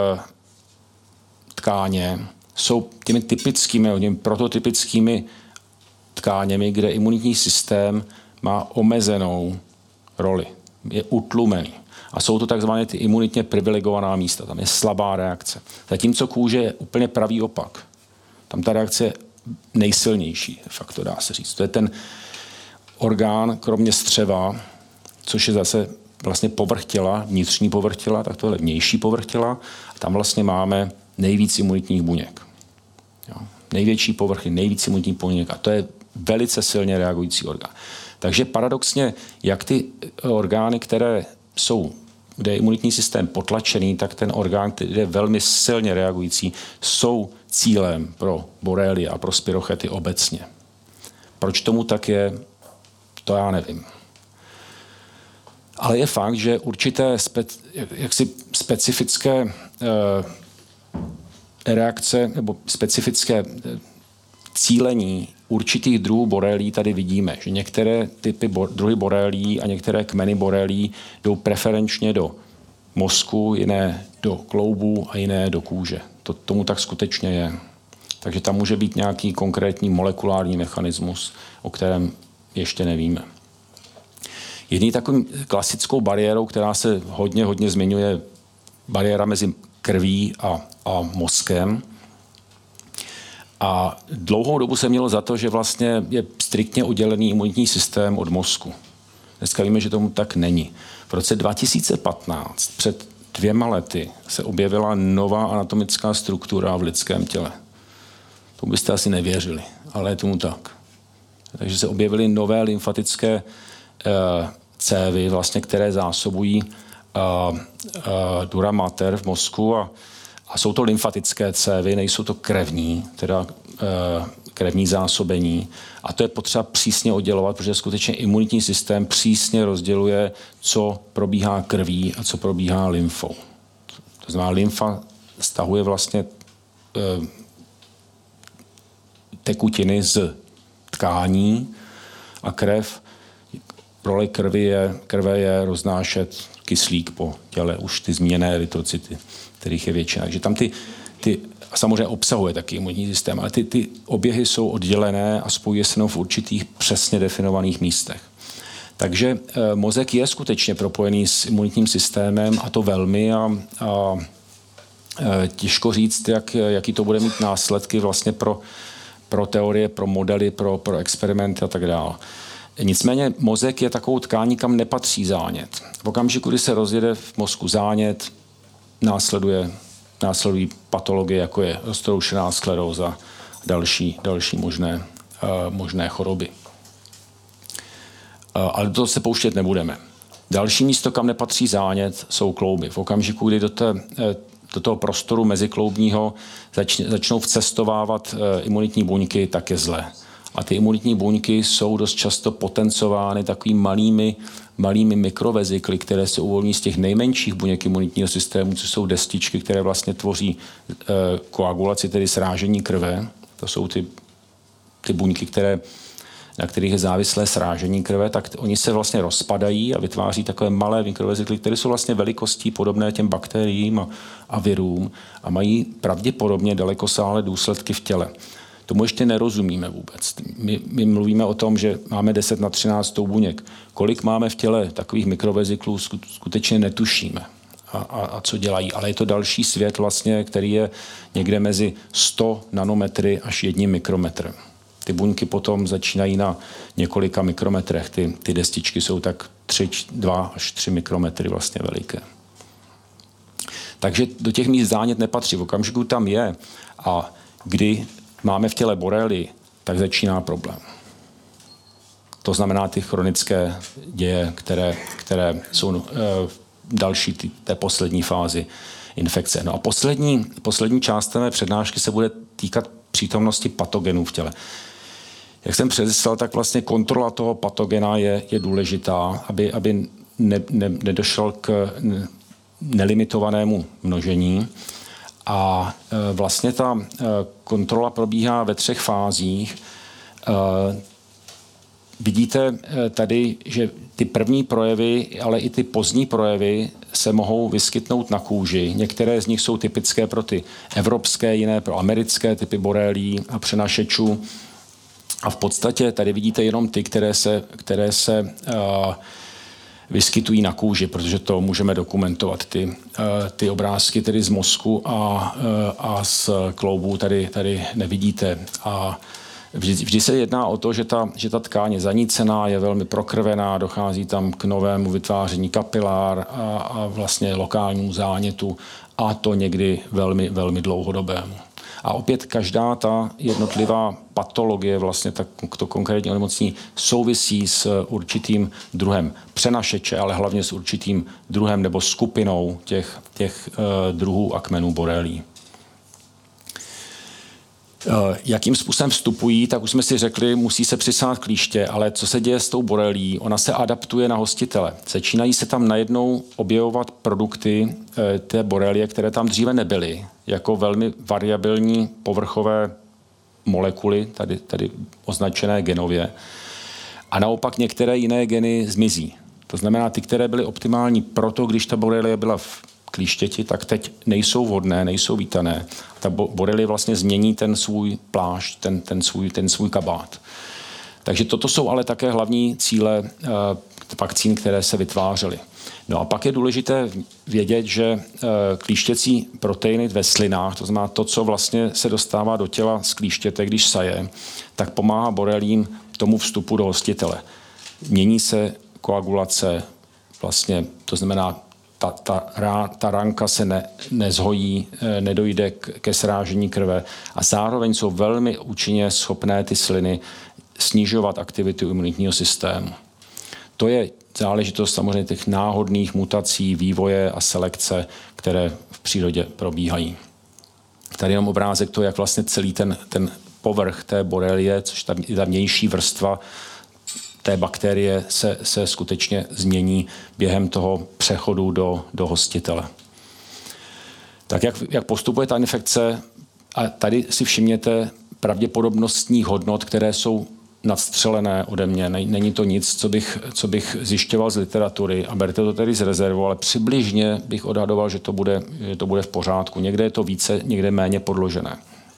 tkáně jsou těmi typickými, těmi prototypickými tkáněmi, kde imunitní systém má omezenou roli. Je utlumený. A jsou to takzvané ty imunitně privilegovaná místa. Tam je slabá reakce. Zatímco kůže je úplně pravý opak. Tam ta reakce je nejsilnější, fakt to dá se říct. To je ten orgán, kromě střeva, což je zase vlastně povrch těla, vnitřní povrch těla, tak tohle vnější povrch těla. A tam vlastně máme nejvíc imunitních buněk. Jo. Největší povrchy, nejvíc imunitních buněk. A to je velice silně reagující orgán. Takže paradoxně, jak ty orgány, které jsou, kde je imunitní systém potlačený, tak ten orgán, který je velmi silně reagující, jsou cílem pro borrelie a pro spirochety obecně. Proč tomu tak je, to já nevím. Ale je fakt, že určité spe, jaksi specifické eh, reakce nebo specifické cílení určitých druhů borelí tady vidíme, že některé typy bo, druhy borelí a některé kmeny borelí jdou preferenčně do mozku, jiné do kloubů a jiné do kůže. To, tomu tak skutečně je. Takže tam může být nějaký konkrétní molekulární mechanismus, o kterém ještě nevíme. Jedný takovým klasickou bariérou, která se hodně, hodně zmiňuje, bariéra mezi krví a, a mozkem. A dlouhou dobu se mělo za to, že vlastně je striktně oddělený imunitní systém od mozku. Dneska víme, že tomu tak není. V roce dva tisíce patnáct, před dvěma lety, se objevila nová anatomická struktura v lidském těle. To byste asi nevěřili, ale je tomu tak. Takže se objevily nové lymfatické uh, cévy, vlastně, které zásobují uh, uh, dura mater v mozku a, a jsou to lymfatické cévy, nejsou to krevní, teda uh, krevní zásobení. A to je potřeba přísně oddělovat, protože skutečně imunitní systém přísně rozděluje, co probíhá krví a co probíhá lymfou. To znamená, lymfa stahuje vlastně uh, tekutiny z tkání a krev, role krvi je, krve je roznášet kyslík po těle, už ty zmíněné erytrocyty, kterých je většina. Takže tam ty, ty samozřejmě obsahuje taky imunitní systém, ale ty, ty oběhy jsou oddělené a spojuje se jenom v určitých přesně definovaných místech. Takže e, mozek je skutečně propojený s imunitním systémem a to velmi a, a e, těžko říct, jak, jaký to bude mít následky vlastně pro pro teorie, pro modely, pro, pro experimenty a tak dále. Nicméně mozek je takovou tkání, kam nepatří zánět. V okamžiku, kdy se rozjede v mozku zánět, následuje, následují patologie, jako je roztroušená skleróza a další, další možné, uh, možné choroby. Uh, ale do toho se pouštět nebudeme. Další místo, kam nepatří zánět, jsou klouby. V okamžiku, kdy do té do toho prostoru mezikloubního začne, začnou vcestovávat e, imunitní buňky, tak je zlé. A ty imunitní buňky jsou dost často potencovány takovými malými, malými mikrovezikly, které se uvolní z těch nejmenších buněk imunitního systému, což jsou destičky, které vlastně tvoří e, koagulaci, tedy srážení krve. To jsou ty, ty buňky, které, na kterých je závislé srážení krve, tak oni se vlastně rozpadají a vytváří takové malé mikrovezikly, které jsou vlastně velikostí podobné těm bakteriím a, a virům a mají pravděpodobně dalekosáhlé důsledky v těle. Tomu ještě nerozumíme vůbec. My, my mluvíme o tom, že máme deset na třináct buněk. Kolik máme v těle takových mikroveziklů, skutečně netušíme. A, a, a co dělají. Ale je to další svět, vlastně, který je někde mezi sto nanometry až jedním mikrometrem. Ty buňky potom začínají na několika mikrometrech. Ty, ty destičky jsou tak tři, dva až tři mikrometry vlastně veliké. Takže do těch míst zánět nepatří. V okamžiku tam je a kdy máme v těle borelii, tak začíná problém. To znamená ty chronické děje, které, které jsou e, další ty, té poslední fázi infekce. No a poslední, poslední část té přednášky se bude týkat přítomnosti patogenů v těle. Jak jsem předeslal, tak vlastně kontrola toho patogena je, je důležitá, aby, aby ne, ne, nedošel k nelimitovanému množení. A e, vlastně ta e, kontrola probíhá ve třech fázích. E, vidíte e, tady, že ty první projevy, ale i ty pozdní projevy se mohou vyskytnout na kůži. Některé z nich jsou typické pro ty evropské, jiné pro americké typy borelí a přenašečů. A v podstatě tady vidíte jenom ty, které se, které se uh, vyskytují na kůži, protože to můžeme dokumentovat. Ty, uh, ty obrázky tedy z mozku a, uh, a z kloubů tady, tady nevidíte. A Vždy, vždy se jedná o to, že ta, že ta tkáň je zanícená, je velmi prokrvená, dochází tam k novému vytváření kapilár a, a vlastně lokálnímu zánětu a to někdy velmi, velmi dlouhodobému. A opět každá ta jednotlivá patologie, vlastně tak, to konkrétní onemocnění souvisí s určitým druhem přenašeče, ale hlavně s určitým druhem nebo skupinou těch, těch uh, druhů a kmenů borelí. Jakým způsobem vstupují, tak už jsme si řekli, musí se přisát klíště, ale co se děje s tou borelí? Ona se adaptuje na hostitele. Začínají se tam najednou objevovat produkty té borelie, které tam dříve nebyly, jako velmi variabilní povrchové molekuly, tady, tady označené genově. A naopak některé jiné geny zmizí. To znamená, ty, které byly optimální proto, když ta borelie byla v klíštěti, tak teď nejsou vhodné, nejsou vítané. Ta borelie vlastně změní ten svůj plášť, ten, ten, svůj, ten svůj kabát. Takže toto jsou ale také hlavní cíle uh, vakcín, které se vytvářely. No a pak je důležité vědět, že uh, klíštěcí proteiny ve slinách, to znamená to, co vlastně se dostává do těla z klíštěte, když saje, tak pomáhá borelím tomu vstupu do hostitele. Mění se koagulace, vlastně, to znamená, Ta, ta, ta ranka se ne, nezhojí, nedojde k, ke srážení krve a zároveň jsou velmi účinně schopné ty sliny snižovat aktivitu imunitního systému. To je záležitost samozřejmě těch náhodných mutací, vývoje a selekce, které v přírodě probíhají. Tady jenom obrázek to, jak vlastně celý ten, ten povrch té borelie, což ta, ta vnější vrstva té bakterie se, se skutečně změní během toho přechodu do, do hostitele. Tak jak, jak postupuje ta infekce? A tady si všimněte pravděpodobnostních hodnot, které jsou nadstřelené ode mě. Není to nic, co bych, co bych zjišťoval z literatury a berte to tedy z rezervu, ale přibližně bych odhadoval, že to bude, že to bude v pořádku. Někde je to více, někde méně podložené.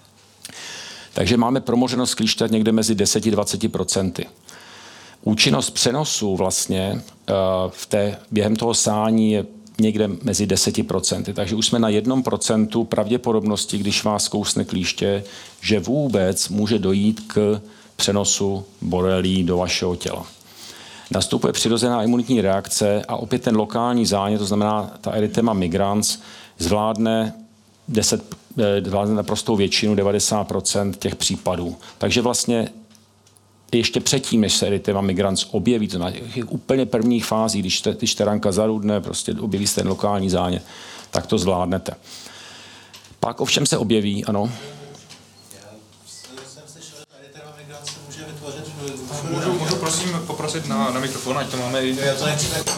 Takže máme promořenost klíšťat někde mezi deset až dvacet procenty. Účinnost přenosu vlastně v té, během toho sání je někde mezi deset procenty. Takže už jsme na jednom procentu pravděpodobnosti, když vás kousne klíště, že vůbec může dojít k přenosu borelí do vašeho těla. Nastupuje přirozená imunitní reakce a opět ten lokální zánět, to znamená ta erythema migrans, zvládne, deset, zvládne naprostou většinu, devadesát procent těch případů. Takže vlastně ještě předtím, než se erythema migrans objeví, to na těch úplně prvních fází, když, te, když ta ranka zarudne, prostě objeví se ten lokální zánět, tak to zvládnete. Pak ovšem se objeví, ano. Můžu, můžu prosím poprosit na, na mikrofon, ať to máme i... Já to nechci tak...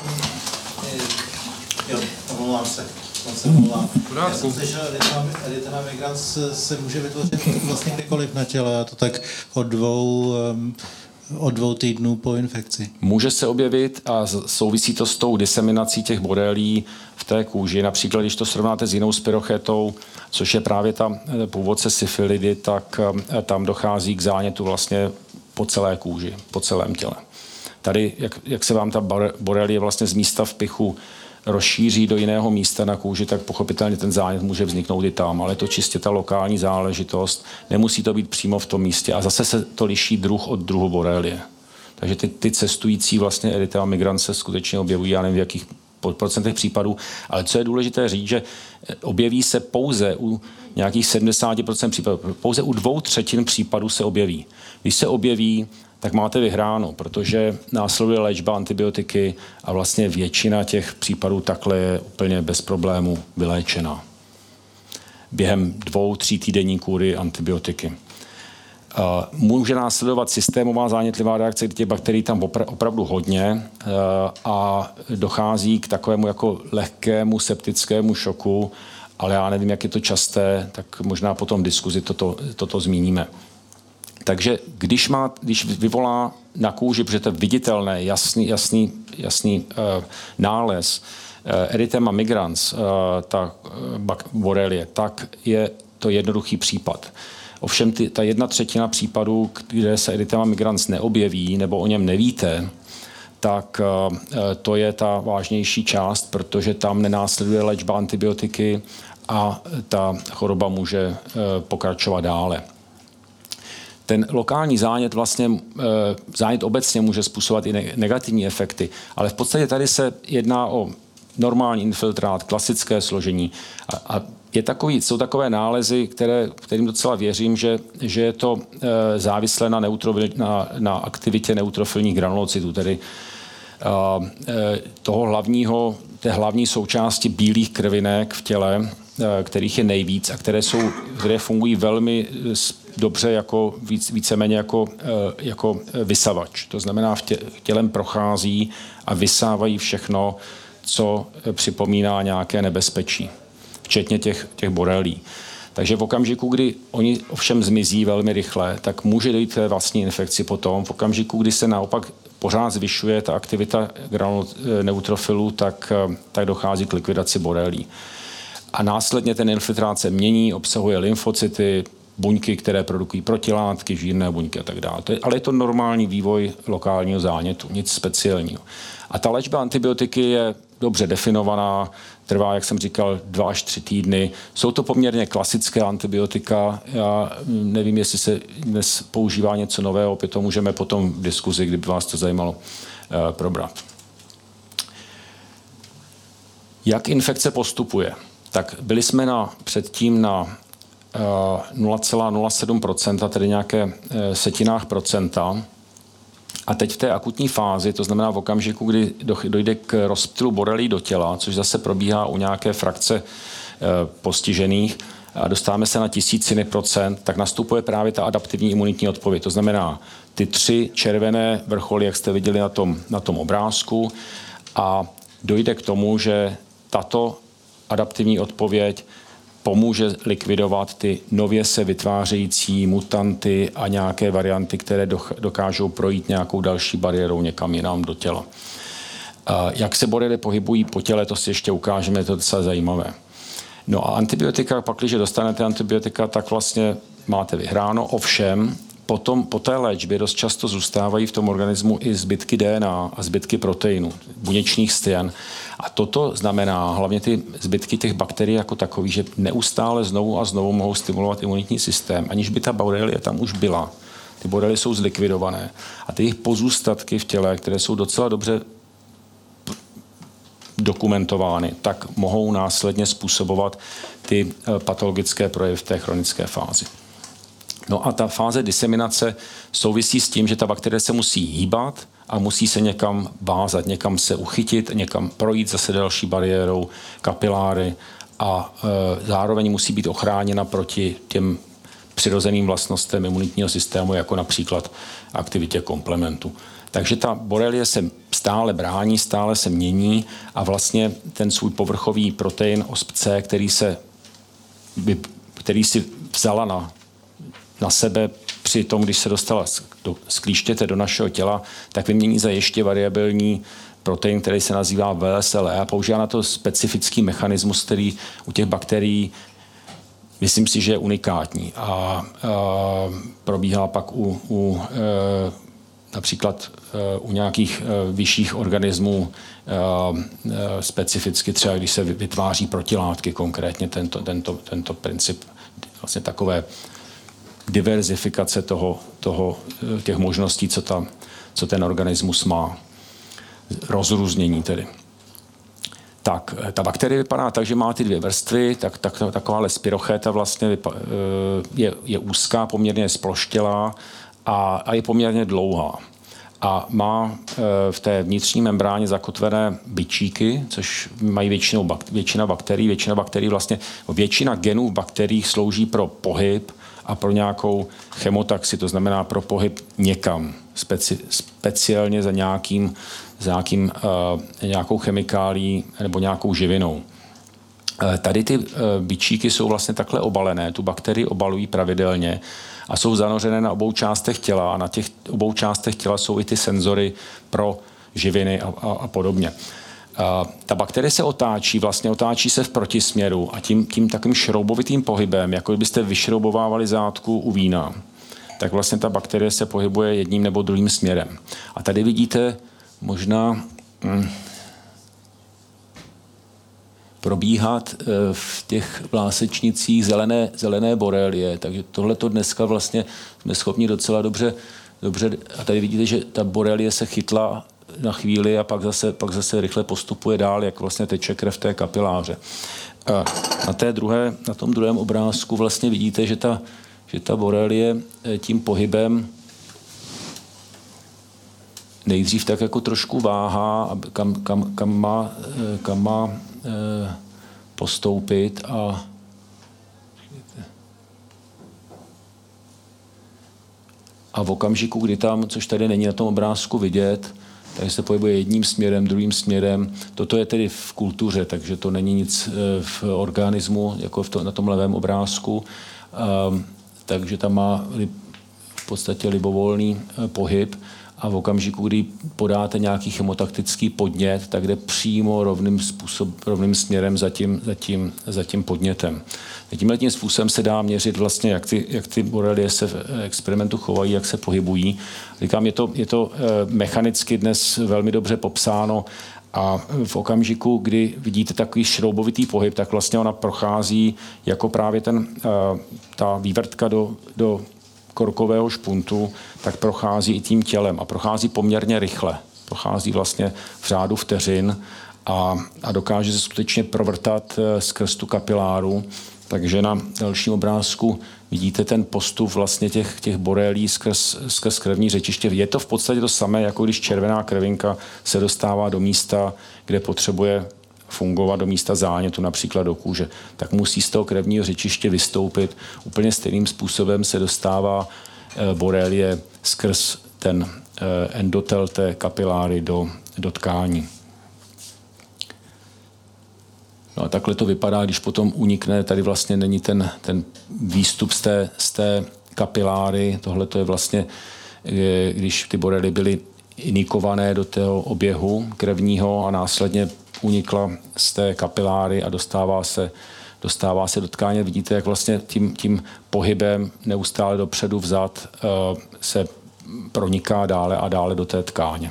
Jo, omlouvám se. Já jsem slyšel, erythema migrans se může vytvořit vlastně kdykoliv na těle, a to tak od dvou, od dvou týdnů po infekci. Může se objevit a souvisí to s tou diseminací těch borelí v té kůži. Například, když to srovnáte s jinou spirochetou, což je právě ta původce syfilidy, tak tam dochází k zánětu vlastně po celé kůži, po celém těle. Tady, jak, jak se vám ta borelie vlastně z místa vpichu rozšíří do jiného místa na kůži, tak pochopitelně ten zánět může vzniknout i tam, ale je to čistě ta lokální záležitost. Nemusí to být přímo v tom místě. A zase se to liší druh od druhu borelie. Takže ty, ty cestující vlastně erythema migrans se skutečně objevují, já nevím v jakých procentech případů, ale co je důležité říct, že objeví se pouze u nějakých sedmdesát procent případů, pouze u dvou třetin případů se objeví. Když se objeví, tak máte vyhráno, protože následuje léčba antibiotiky a vlastně většina těch případů takhle je úplně bez problémů vyléčena. Během dvou, tří týdenní kůry antibiotiky. Může následovat systémová zánětlivá reakce, kdy těch bakterií tam opravdu hodně a dochází k takovému jako lehkému septickému šoku, ale já nevím, jak je to časté, tak možná potom v diskuzi toto, toto zmíníme. Takže když, má, když vyvolá na kůži, protože to je viditelné, jasný, jasný, jasný uh, nález uh, erythema migrans, uh, ta uh, borelie, tak je to jednoduchý případ. Ovšem ty, ta jedna třetina případů, kde se erythema migrans neobjeví nebo o něm nevíte, tak uh, to je ta vážnější část, protože tam nenásleduje léčba antibiotiky a ta choroba může uh, pokračovat dále. ten lokální zánět vlastně, zánět obecně může způsobovat i negativní efekty, ale v podstatě tady se jedná o normální infiltrát, klasické složení a, a je takový, jsou takové nálezy, které, kterým docela věřím, že, že je to e, závislé na, na, na aktivitě neutrofilních granulocytů, tedy e, toho hlavního, té hlavní součásti bílých krvinek v těle, e, kterých je nejvíc a které, jsou, které fungují velmi dobře jako víc, víceméně jako, e, jako vysavač. To znamená, v tě, tělem prochází a vysávají všechno, co připomíná nějaké nebezpečí, včetně těch, těch borelí. Takže v okamžiku, kdy oni ovšem zmizí velmi rychle, tak může dojít k vlastní infekci potom. V okamžiku, kdy se naopak pořád zvyšuje ta aktivita neutrofilů, tak, tak dochází k likvidaci borelí. A následně ten infiltrát se mění, obsahuje lymfocyty, buňky, které produkují protilátky, žírné buňky a tak dále. Ale je to normální vývoj lokálního zánětu, nic speciálního. A ta léčba antibiotiky je dobře definovaná, trvá, jak jsem říkal, dva až tři týdny. Jsou to poměrně klasické antibiotika. Já nevím, jestli se dnes používá něco nového, opět to můžeme potom v diskuzi, kdyby vás to zajímalo, probrat. Jak infekce postupuje? Tak byli jsme na, předtím na nula celá nula sedm procenta, tedy nějaké setinách procenta. A teď v té akutní fázi, to znamená v okamžiku, kdy dojde k rozptylu borelí do těla, což zase probíhá u nějaké frakce postižených, a dostáváme se na tisíciny procent, tak nastupuje právě ta adaptivní imunitní odpověď. To znamená ty tři červené vrcholy, jak jste viděli na tom, na tom obrázku, a dojde k tomu, že tato adaptivní odpověď pomůže likvidovat ty nově se vytvářející mutanty a nějaké varianty, které dokážou projít nějakou další bariérou někam jinam do těla. Jak se borely pohybují po těle, to si ještě ukážeme, je to docela zajímavé. No a antibiotika, pak, když dostanete antibiotika, tak vlastně máte vyhráno. Ovšem, potom po té léčbě dost často zůstávají v tom organismu i zbytky D N A a zbytky proteinů, buněčných stěn. A toto znamená hlavně ty zbytky těch bakterií jako takových, že neustále znovu a znovu mohou stimulovat imunitní systém, aniž by ta borelie tam už byla. Ty borely jsou zlikvidované. A ty jejich pozůstatky v těle, které jsou docela dobře dokumentovány, tak mohou následně způsobovat ty patologické projevy v té chronické fázi. No a ta fáze diseminace souvisí s tím, že ta bakterie se musí hýbat a musí se někam vázat, někam se uchytit, někam projít zase další bariérou, kapiláry a e, zároveň musí být ochráněna proti těm přirozeným vlastnostem imunitního systému, jako například aktivitě komplementu. Takže ta borelie se stále brání, stále se mění a vlastně ten svůj povrchový protein O S P C, který, se, který si vzala na, na sebe při tom, když se dostala z, do, z klíštěte do našeho těla, tak vymění za ještě variabilní protein, který se nazývá V S L E a používá na to specifický mechanismus, který u těch bakterií myslím si, že je unikátní a, a probíhá pak u, u e, například u nějakých vyšších organismů specificky třeba, když se vytváří protilátky konkrétně tento, tento, tento princip vlastně takové diverzifikace toho, toho, těch možností, co, ta, co ten organismus má. Rozrůznění tedy. Tak, ta bakterie vypadá tak, že má ty dvě vrstvy, tak, tak, takováhle spirocheta vlastně je, je úzká, poměrně sploštělá a, a je poměrně dlouhá. A má v té vnitřní membráně zakotvené bičíky, což mají většinou bak, většina bakterií. Většina bakterií vlastně, většina genů v bakteriích slouží pro pohyb a pro nějakou chemotaxi, to znamená pro pohyb někam, speci, speciálně za nějakým, za nějakým, uh, nějakou chemikálí nebo nějakou živinou. Tady ty bičíky jsou vlastně takhle obalené, tu bakterii obalují pravidelně a jsou zanořené na obou částech těla a na těch obou částech těla jsou i ty senzory pro živiny a, a, a podobně. A ta bakterie se otáčí, vlastně otáčí se v protisměru a tím, tím takovým šroubovitým pohybem, jako kdybyste vyšroubovávali zátku u vína, tak vlastně ta bakterie se pohybuje jedním nebo druhým směrem. A tady vidíte možná... Hm, probíhat v těch vlásečnicích zelené, zelené borelie. Takže tohle to dneska vlastně jsme schopni docela dobře, dobře. A tady vidíte, že ta borelie se chytla na chvíli a pak zase, pak zase rychle postupuje dál, jak vlastně teče krev té kapiláře. A na, té druhé, na tom druhém obrázku vlastně vidíte, že ta, že ta borelie tím pohybem nejdřív tak jako trošku váhá, kam, kam, kam má, kam má e, postoupit a a v okamžiku, kdy tam, což tady není na tom obrázku vidět, takže se pohybuje jedním směrem, druhým směrem. Toto je tedy v kultuře, takže to není nic v organismu, jako v to, na tom levém obrázku. Um, takže tam má li, v podstatě libovolný pohyb a v okamžiku, kdy podáte nějaký chemotaktický podnět, tak jde přímo rovným, způsob, rovným směrem za tím, za tím, za tím podnětem. Tímhle tím způsobem se dá měřit vlastně, jak ty, jak ty borelie se v experimentu chovají, jak se pohybují. Říkám, je to, je to mechanicky dnes velmi dobře popsáno a v okamžiku, kdy vidíte takový šroubovitý pohyb, tak vlastně ona prochází jako právě ten, ta vývrtka do, do korkového špuntu, tak prochází i tím tělem a prochází poměrně rychle. Prochází vlastně v řádu vteřin a, a dokáže se skutečně provrtat skrz tu kapiláru. Takže na dalším obrázku vidíte ten postup vlastně těch, těch borelí skrz, skrz krevní řečiště. Je to v podstatě to samé, jako když červená krvinka se dostává do místa, kde potřebuje fungovat, do místa zánětu, například do kůže. Tak musí z toho krevního řečiště vystoupit. Úplně stejným způsobem se dostává borelie skrz ten endotel té kapiláry do, do tkání. No a takhle to vypadá, když potom unikne, tady vlastně není ten, ten výstup z té, z té kapiláry, tohle to je vlastně, když ty borely byly inikované do toho oběhu krevního a následně unikla z té kapiláry a dostává se, dostává se do tkáně. Vidíte, jak vlastně tím, tím pohybem neustále dopředu vzad se proniká dále a dále do té tkáně.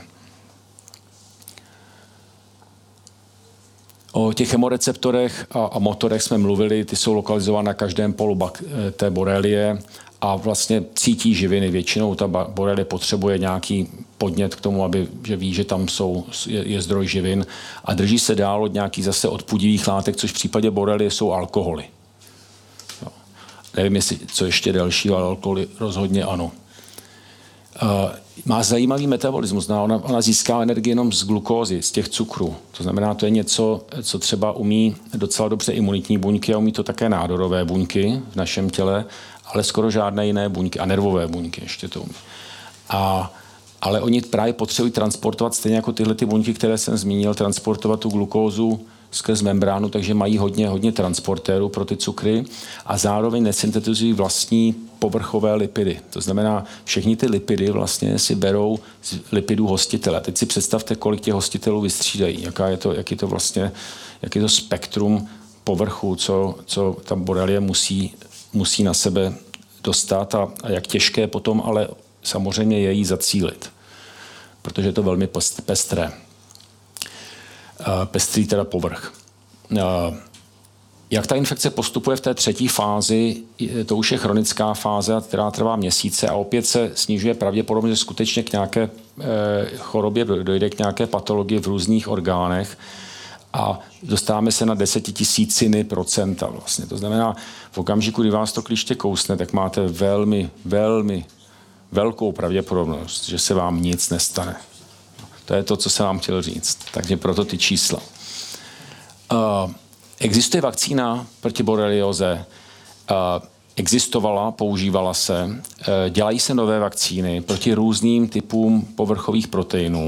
O těch chemoreceptorech a, a motorech jsme mluvili, ty jsou lokalizované na každém polu bak, té borelie a vlastně cítí živiny. Většinou ta borelie potřebuje nějaký podnět k tomu, aby, že ví, že tam jsou, je, je zdroj živin a drží se dál od nějakých zase odpudivých látek, což v případě borelie jsou alkoholy. Jo. Nevím, jestli co ještě další, ale alkoholy rozhodně ano. Uh, má zajímavý metabolismus. Ona, ona získá energii jenom z glukózy, z těch cukrů. To znamená, to je něco, co třeba umí docela dobře imunitní buňky a umí to také nádorové buňky v našem těle, ale skoro žádné jiné buňky a nervové buňky ještě to umí. A, ale oni právě potřebují transportovat, stejně jako tyhle ty buňky, které jsem zmínil, transportovat tu glukózu skrz membránu, takže mají hodně, hodně transportérů pro ty cukry a zároveň nesyntetizují vlastní povrchové lipidy. To znamená, všechny ty lipidy vlastně si berou z lipidů hostitele. Teď si představte, kolik těch hostitelů vystřídají, jaká je to, jak je to vlastně, jak je to spektrum povrchu, co, co ta borelie musí, musí na sebe dostat a, a jak těžké potom, ale samozřejmě je jí zacílit, protože je to velmi pestré. Pestrý teda povrch. Jak ta infekce postupuje v té třetí fázi, to už je chronická fáze, která trvá měsíce a opět se snižuje pravděpodobně, že skutečně k nějaké chorobě dojde k nějaké patologii v různých orgánech a dostáváme se na desetitisíciny procenta vlastně. To znamená, v okamžiku, kdy vás to klíště kousne, tak máte velmi, velmi velkou pravděpodobnost, že se vám nic nestane. To je to, co jsem vám chtěl říct. Takže proto ty čísla. Uh, existuje vakcína proti borelioze. Uh, existovala, používala se. Uh, dělají se nové vakcíny proti různým typům povrchových proteinů. Uh,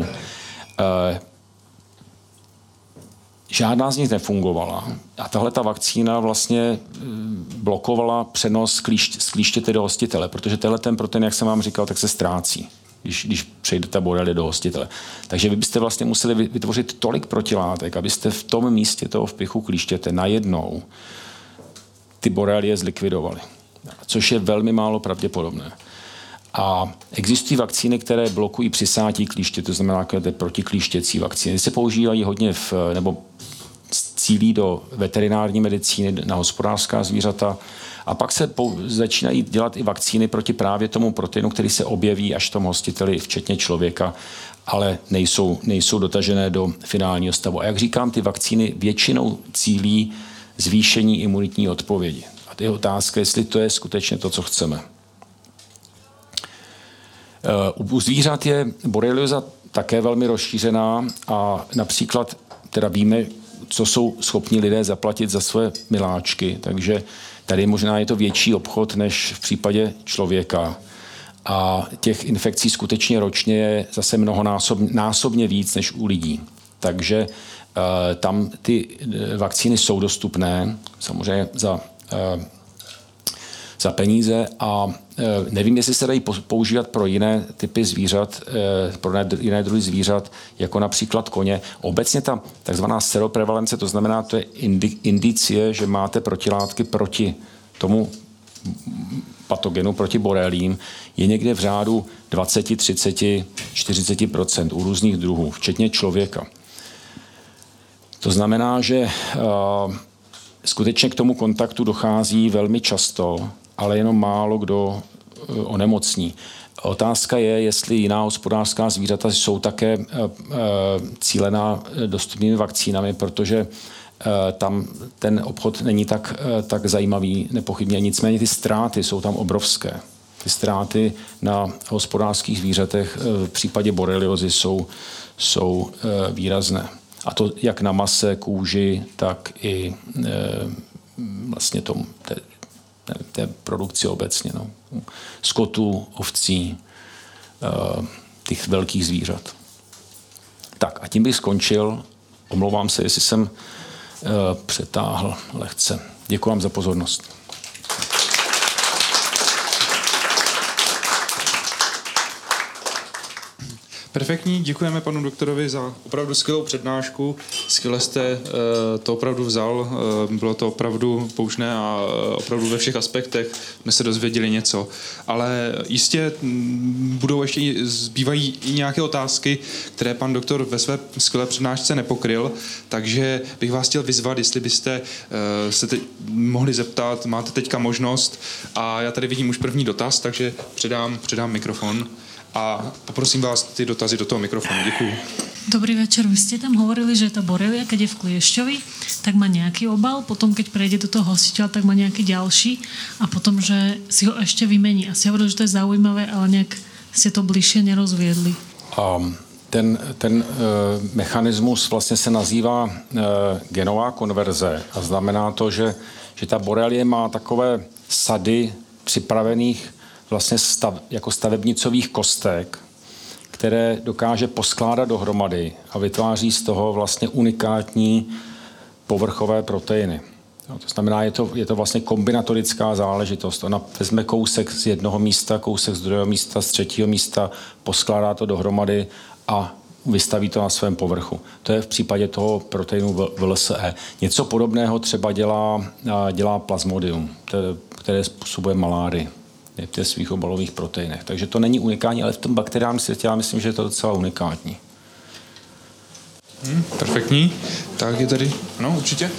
žádná z nich nefungovala. A tahle ta vakcína vlastně blokovala přenos klíště, z klíštěte do hostitele, protože tenhle ten protein, jak jsem vám říkal, tak se ztrácí, když, když přejde ta borelie do hostitele. Takže vy byste vlastně museli vytvořit tolik protilátek, abyste v tom místě toho vpichu klíštěte najednou ty borelie zlikvidovali. Což je velmi málo pravděpodobné. A existují vakcíny, které blokují přisátí klíště, to znamená, že to je protiklíštěcí vakcíny. Ty se používají hodně v, nebo cílí do veterinární medicíny, na hospodářská zvířata. A pak se pou, začínají dělat i vakcíny proti právě tomu proteinu, který se objeví až v tom hostiteli, včetně člověka, ale nejsou, nejsou dotažené do finálního stavu. A jak říkám, ty vakcíny většinou cílí zvýšení imunitní odpovědi. A to je otázka, jestli to je skutečně to, co chceme. U zvířat je borelioza také velmi rozšířená a například teda víme, co jsou schopni lidé zaplatit za své miláčky, takže tady možná je to větší obchod než v případě člověka. A těch infekcí skutečně ročně je zase mnohonásobně násobně víc než u lidí. Takže uh, tam ty vakcíny jsou dostupné, samozřejmě za, uh, za peníze a uh, nevím, jestli se dají používat pro jiné typy zvířat, uh, pro jiné druhy zvířat, jako například koně. Obecně ta takzvaná seroprevalence, to znamená, to je indi, indicie, že máte protilátky proti tomu patogenu, proti borelím, je někde v řádu dvacet, třicet, čtyřicet procent u různých druhů, včetně člověka. To znamená, že uh, skutečně k tomu kontaktu dochází velmi často, ale jenom málo kdo uh, onemocní. Otázka je, jestli jiná hospodářská zvířata jsou také uh, uh, cílená dostupnými vakcínami, protože tam ten obchod není tak, tak zajímavý, nepochybně. Nicméně ty ztráty jsou tam obrovské. Ty ztráty na hospodářských zvířatech v případě boreliozy jsou, jsou výrazné. A to jak na mase, kůži, tak i vlastně tom, té, té produkci obecně. No. Skotů, ovcí, těch velkých zvířat. Tak a tím bych skončil. Omlouvám se, jestli jsem přetáhl lehce. Děkuji vám za pozornost. Perfektní, děkujeme panu doktorovi za opravdu skvělou přednášku. Skvěle jste to opravdu vzal, bylo to opravdu poučné a opravdu ve všech aspektech jsme se dozvěděli něco. Ale jistě budou ještě, zbývají i nějaké otázky, které pan doktor ve své skvělé přednášce nepokryl, takže bych vás chtěl vyzvat, jestli byste se teď mohli zeptat, máte teďka možnost a já tady vidím už první dotaz, takže předám, předám mikrofon. A poprosím vás ty dotazy do toho mikrofonu. Děkuju. Dobrý večer. Vy ste tam hovorili, že tá borelia, keď je v kliešťovi, tak má nejaký obal, potom keď prejde do toho hostiteľa, tak má nejaký ďalší a potom, že si ho ešte vymení. A si hovorili, že to je zaujímavé, ale nejak ste to bližšie nerozviedli. Um, ten ten uh, mechanismus vlastně se nazývá uh, genová konverze a znamená to, že, že ta borelie má takové sady připravených vlastně stav, jako stavebnicových kostek, které dokáže poskládat dohromady a vytváří z toho vlastně unikátní povrchové proteiny. No, to znamená, je to, je to vlastně kombinatorická záležitost. Ona vezme kousek z jednoho místa, kousek z druhého místa, z třetího místa, poskládá to dohromady a vystaví to na svém povrchu. To je v případě toho proteinu V L S E. Něco podobného třeba dělá, dělá plasmodium, které způsobuje malárii v těch svých obalových proteinech. Takže to není unikátní, ale v tom bakteriálním světě já myslím, že je to docela unikátní. Hmm, perfektní. Tak je tady, no určitě.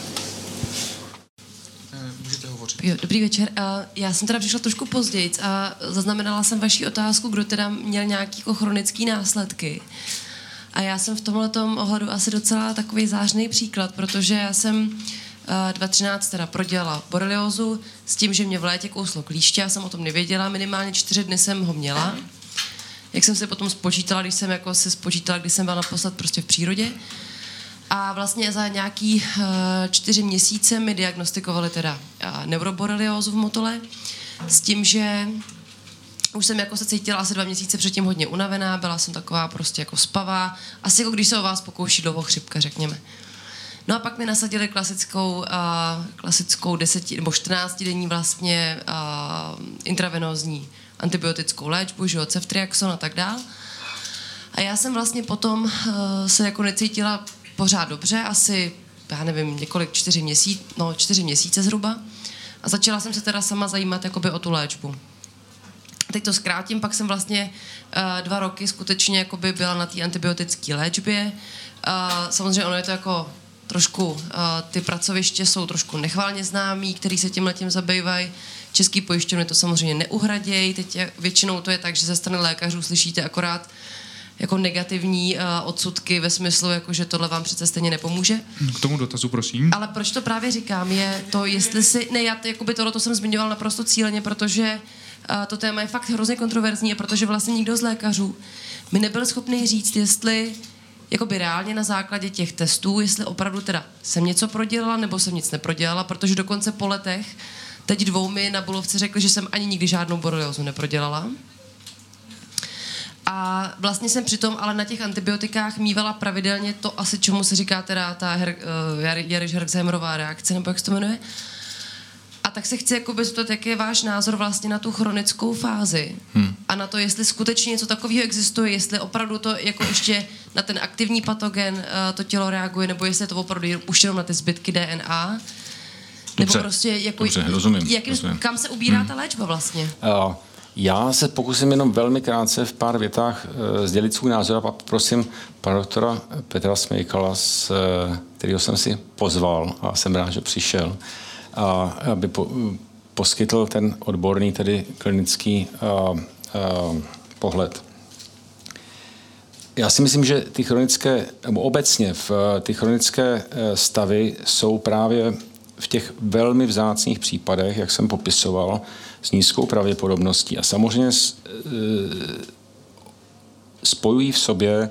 Můžete hovořit. Jo, dobrý večer. Já jsem teda přišla trošku později a zaznamenala jsem vaši otázku, kdo teda měl nějaký jako chronický následky. A já jsem v tomhletom ohledu asi docela takový zářný příklad, protože já jsem dva tisíce třináct teda prodělala boreliózu s tím, že mě v létě kouslo klíště, já jsem o tom nevěděla, minimálně čtyři dny jsem ho měla. Jak jsem se potom spočítala, když jsem jako se spočítala, když jsem byla naposled prostě v přírodě. A vlastně za nějaký uh, čtyři měsíce mi diagnostikovali teda uh, neuroboreliózu v motole s tím, že už jsem jako se cítila asi dva měsíce předtím hodně unavená, byla jsem taková prostě jako spavá, asi jako když se o vás pokouší dlouho chřipka, řekněme. No a pak mi nasadili klasickou, uh, klasickou deseti nebo čtrnáctidenní vlastně uh, intravenózní antibiotickou léčbu, že jo, ceftriaxon a tak dál. A já jsem vlastně potom uh, se jako necítila pořád dobře, asi, já nevím, několik čtyři měsíce, no čtyři měsíce zhruba. A začala jsem se teda sama zajímat jakoby o tu léčbu. Teď to zkrátím, pak jsem vlastně uh, dva roky skutečně jakoby byla na té antibiotické léčbě. Uh, samozřejmě ono je to jako trošku, uh, ty pracoviště jsou trošku nechválně známí, který se tímhletím zabývají. Český pojišťovny to samozřejmě neuhradějí. Teď je, většinou to je tak, že ze strany lékařů slyšíte akorát jako negativní uh, odsudky ve smyslu, jako, že tohle vám přece stejně nepomůže. K tomu dotazu, prosím. Ale proč to právě říkám, je to, jestli si... Ne, já t- jakoby tohleto jsem zmiňoval naprosto cíleně, protože uh, to téma je fakt hrozně kontroverzní, protože vlastně nikdo z lékařů mi nebyl schopný říct, jestli jakoby reálně na základě těch testů, jestli opravdu teda jsem něco prodělala, nebo jsem nic neprodělala, protože dokonce po letech teď dvou mi na Bulovce řekli, že jsem ani nikdy žádnou boreliozu neprodělala. A vlastně jsem přitom ale na těch antibiotikách mívala pravidelně to asi, čemu se říká teda ta her, uh, Jariš-Herxheimerová reakce, nebo jak se to jmenuje. A tak se chci jakoby zeptat, jaký je váš názor vlastně na tu chronickou fázi hmm. a na to, jestli skutečně něco takového existuje, jestli opravdu to jako ještě na ten aktivní patogen uh, to tělo reaguje, nebo jestli je to opravdu už jenom na ty zbytky D N A. Nebo Dobře, prostě jako, dobře, rozumím, jakým, rozumím. kam se ubírá hmm. ta léčba vlastně? Uh, já se pokusím jenom velmi krátce v pár větách uh, sdělit svůj názor a prosím pana doktora Petra Smejkala, z, uh, kterého jsem si pozval a jsem rád, že přišel, a aby po, poskytl ten odborný, tedy klinický uh, uh, pohled. Já si myslím, že ty chronické, nebo obecně v, ty chronické stavy jsou právě v těch velmi vzácných případech, jak jsem popisoval, s nízkou pravděpodobností a samozřejmě spojují v sobě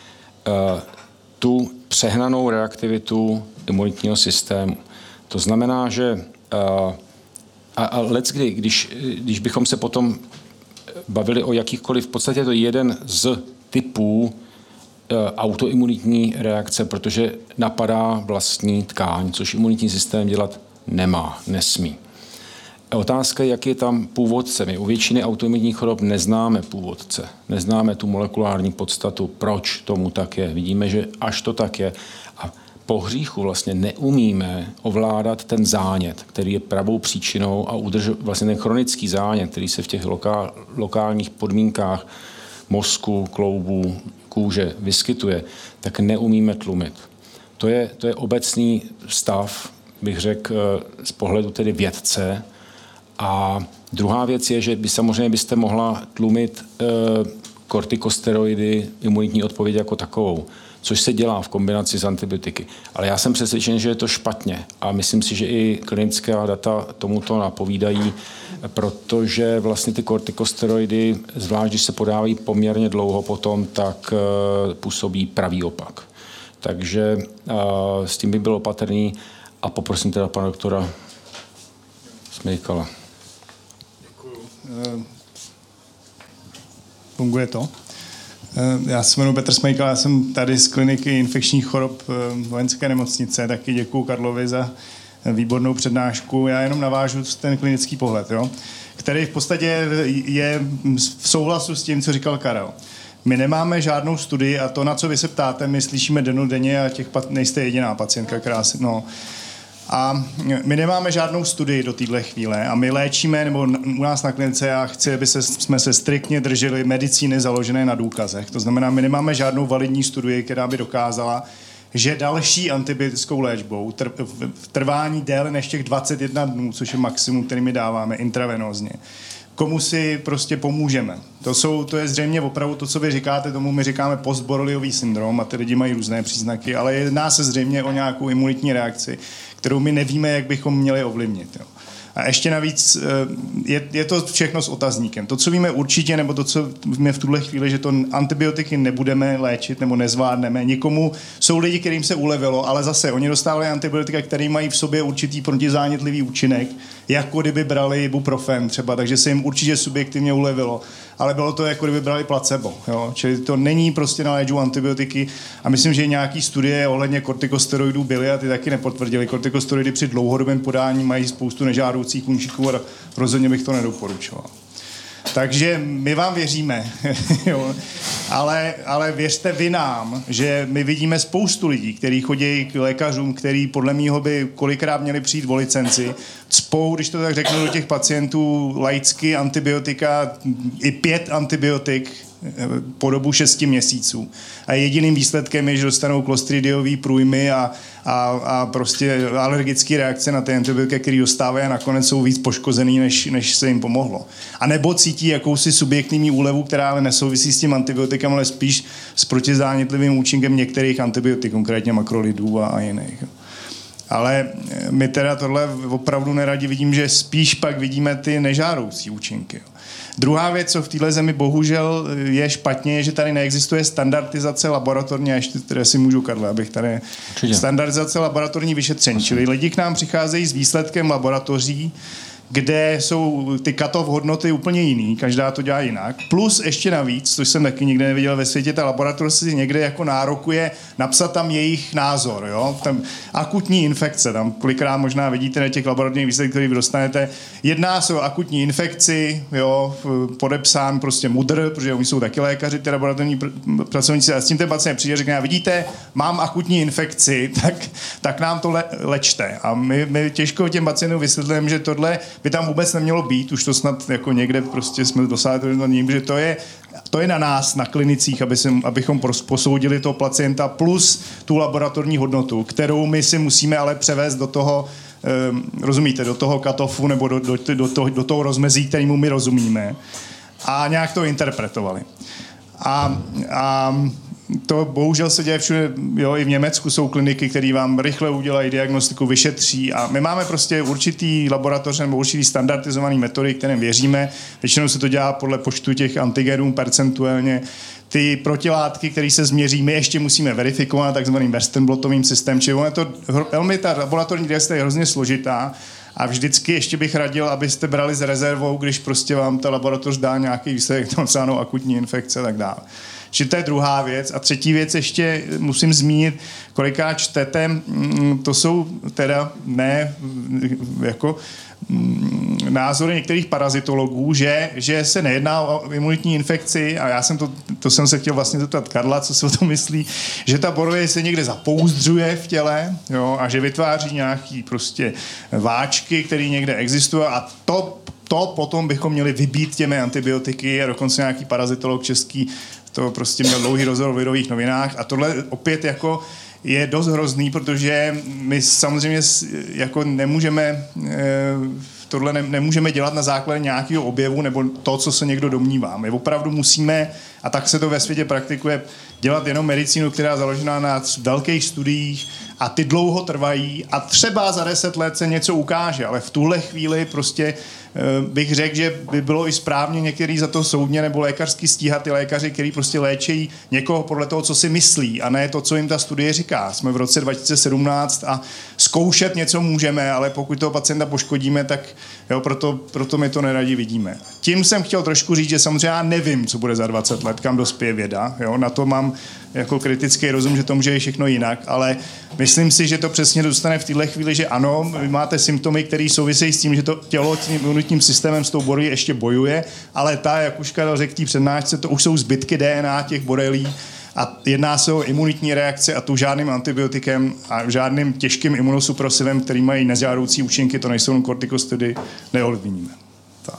tu přehnanou reaktivitu imunitního systému. To znamená, že a, a leckdy, když, když bychom se potom bavili o jakýchkoliv, v podstatě to je jeden z typů autoimunitní reakce, protože napadá vlastní tkáň, což imunitní systém dělat nemá, nesmí. Otázka je, jak je tam původce. My u většiny autoimunitních chorob neznáme původce, neznáme tu molekulární podstatu, proč tomu tak je. Vidíme, že až to tak je. A po hříchu vlastně neumíme ovládat ten zánět, který je pravou příčinou a udržovat vlastně ten chronický zánět, který se v těch lokál, lokálních podmínkách mozku, kloubů, kůže vyskytuje, tak neumíme tlumit. To je, to je obecný stav, bych řekl, z pohledu tedy vědce. A druhá věc je, že by samozřejmě byste mohla tlumit e, kortikosteroidy, imunitní odpověď jako takovou, což se dělá v kombinaci s antibiotiky. Ale já jsem přesvědčen, že je to špatně a myslím si, že i klinická data tomuto napovídají, protože vlastně ty kortikosteroidy, zvlášť když se podávají poměrně dlouho potom, tak e, působí pravý opak. Takže e, s tím by byl opatrný a poprosím teda pana doktora Smejkala. Děkuju. Funguje to? Já se jmenuji Petr Smejkal, já jsem tady z kliniky infekčních chorob vojenské nemocnice, taky děkuju Karlovi za výbornou přednášku. Já jenom navážu ten klinický pohled, jo, který v podstatě je v souhlasu s tím, co říkal Karel. My nemáme žádnou studii a to, na co vy se ptáte, my slyšíme dennodenně a těch nejste jediná pacientka, která si, no. A my nemáme žádnou studii do téhle chvíle a my léčíme, nebo u nás na klinice, já chci, aby se, jsme se striktně drželi medicíny založené na důkazech. To znamená, my nemáme žádnou validní studii, která by dokázala, že další antibiotickou léčbou v trvání déle než těch dvacet jedna dnů, což je maximum, který my dáváme intravenózně, komu si prostě pomůžeme. To, jsou, to je zřejmě opravdu to, co vy říkáte, tomu my říkáme postboreliový syndrom a ty lidi mají různé příznaky, ale jedná se zřejmě o nějakou imunitní reakci, kterou my nevíme, jak bychom měli ovlivnit. Jo. A ještě navíc je, je to všechno s otazníkem. To, co víme určitě, nebo to, co víme v tuhle chvíli, že to antibiotiky nebudeme léčit nebo nezvládneme. Někomu jsou lidi, kterým se ulevilo, ale zase oni dostávali antibiotika, které mají v sobě určitý protizánětlivý účinek, jako kdyby brali ibuprofen třeba, takže se jim určitě subjektivně ulevilo. Ale bylo to, jako kdyby brali placebo. Jo? Čili to není prostě na léčbu antibiotiky a myslím, že nějaký studie ohledně kortikosteroidů byly a ty taky nepotvrdili. Kortikosteroidy při dlouhodobém podání mají spoustu nežádoucích účinků a rozhodně bych to nedoporučoval. Takže my vám věříme, jo. Ale, ale věřte vy nám, že my vidíme spoustu lidí, kteří chodí k lékařům, který podle mýho by kolikrát měli přijít o licenci, cpou, když to tak řeknu, do těch pacientů laicky antibiotika, i pět antibiotik po dobu šesti měsíců. A jediným výsledkem je, že dostanou klostridiový průjmy a, a, a prostě alergické reakce na ty antibiotika, které dostávají a nakonec jsou víc poškozený, než, než se jim pomohlo. A nebo cítí jakousi subjektivní úlevu, která ale nesouvisí s tím antibiotikem, ale spíš s protizánětlivým účinkem některých antibiotik, konkrétně makrolidů a, a jiných. Ale my teda tohle opravdu neradi vidím, že spíš pak vidíme ty nežádoucí účinky. Druhá věc, co v téhle zemi bohužel je špatně, je, že tady neexistuje standardizace laboratorní, a ještě tady si můžu, Karle, abych tady... Určitě. Standardizace laboratorní vyšetření, čili lidi k nám přicházejí s výsledkem laboratoří, kde jsou ty cut-off hodnoty úplně jiný, každá to dělá jinak. Plus ještě navíc, což jsem taky nikde neviděl ve světě, ta laboratoř si někde jako nárokuje napsat tam jejich názor. Jo? Tam akutní infekce, tam kolikrát možná vidíte na těch laboratorních výsledcích, které vy dostanete. Jedná se o akutní infekci, jo? Podepsán prostě mudr, protože oni jsou taky lékaři, ty laboratorní pr- pracovníci, a s tím ten pacient přijde a řekne, vidíte, mám akutní infekci, tak, tak nám to le- lečte. A my, my těžko těm pacientům vysvětlujeme, že tohle by tam vůbec nemělo být, už to snad jako někde prostě jsme dosáhli to ním, že to je, to je na nás, na klinicích, aby si, abychom posoudili toho pacienta plus tu laboratorní hodnotu, kterou my si musíme ale převést do toho, um, rozumíte, do toho cut-offu nebo do, do, do, toho, do toho rozmezí, kterému my rozumíme a nějak to interpretovali. A, a to bohužel se děje všude, jo, i v Německu jsou kliniky, které vám rychle udělají diagnostiku, vyšetří a my máme prostě určitý laboratoře nebo určitý standardizovaný metody, kterým věříme. Většinou se to dělá podle počtu těch antigenů percentuálně. Ty protilátky, které se změří, my ještě musíme verifikovat takzvaným Western blotovým systémem, čili je to velmi, ta laboratorní diagnostika je hrozně složitá. A vždycky ještě bych radil, abyste brali s rezervou, když prostě vám ta laboratoř dá nějaký výsledek, tam psáno akutní infekce a tak dále. Čiže to je druhá věc. A třetí věc ještě musím zmínit, kolikrát čtete, to jsou teda ne jako názory některých parazitologů, že, že se nejedná o imunitní infekci a já jsem to, to jsem se chtěl vlastně zeptat Karla, co si o tom myslí, že ta borrelie se někde zapouzdřuje v těle, jo, a že vytváří nějaký prostě váčky, které někde existují a to, to potom bychom měli vybít těmi antibiotiky a dokonce nějaký parazitolog český to prostě měl dlouhý rozhovor v Lidových novinách a tohle opět jako je dost hrozný, protože my samozřejmě jako nemůžeme tohle ne, nemůžeme dělat na základě nějakého objevu nebo to, co se někdo domnívá. My opravdu musíme, a tak se to ve světě praktikuje, dělat jenom medicínu, která je založená na velkých studiích a ty dlouho trvají a třeba za deset let se něco ukáže, ale v tuhle chvíli prostě bych řekl, že by bylo i správně některý za to soudně nebo lékařsky stíhat ty lékaři, kteří prostě léčejí někoho podle toho, co si myslí a ne to, co jim ta studie říká. Jsme v roce dva tisíce sedmnáct a zkoušet něco můžeme, ale pokud toho pacienta poškodíme, tak jo, proto, proto my to neradi vidíme. Tím jsem chtěl trošku říct, že samozřejmě já nevím, co bude za dvacet let, kam dospěje věda. Jo? Na to mám jako kritický rozum, že to může být všechno jinak, ale myslím si, že to přesně dostane v téhle chvíli, že ano, vy máte symptomy, které souvisejí s tím, že to tělo tím imunitním systémem s tou borelí ještě bojuje, ale ta, jak už Karel řekl v té přednášce, to už jsou zbytky D N A těch borelí a jedná se o imunitní reakce a tu žádným antibiotikem a žádným těžkým imunosupresivem, který mají nežádoucí účinky, to nejsou kortikostidy, neovlivníme. Tak.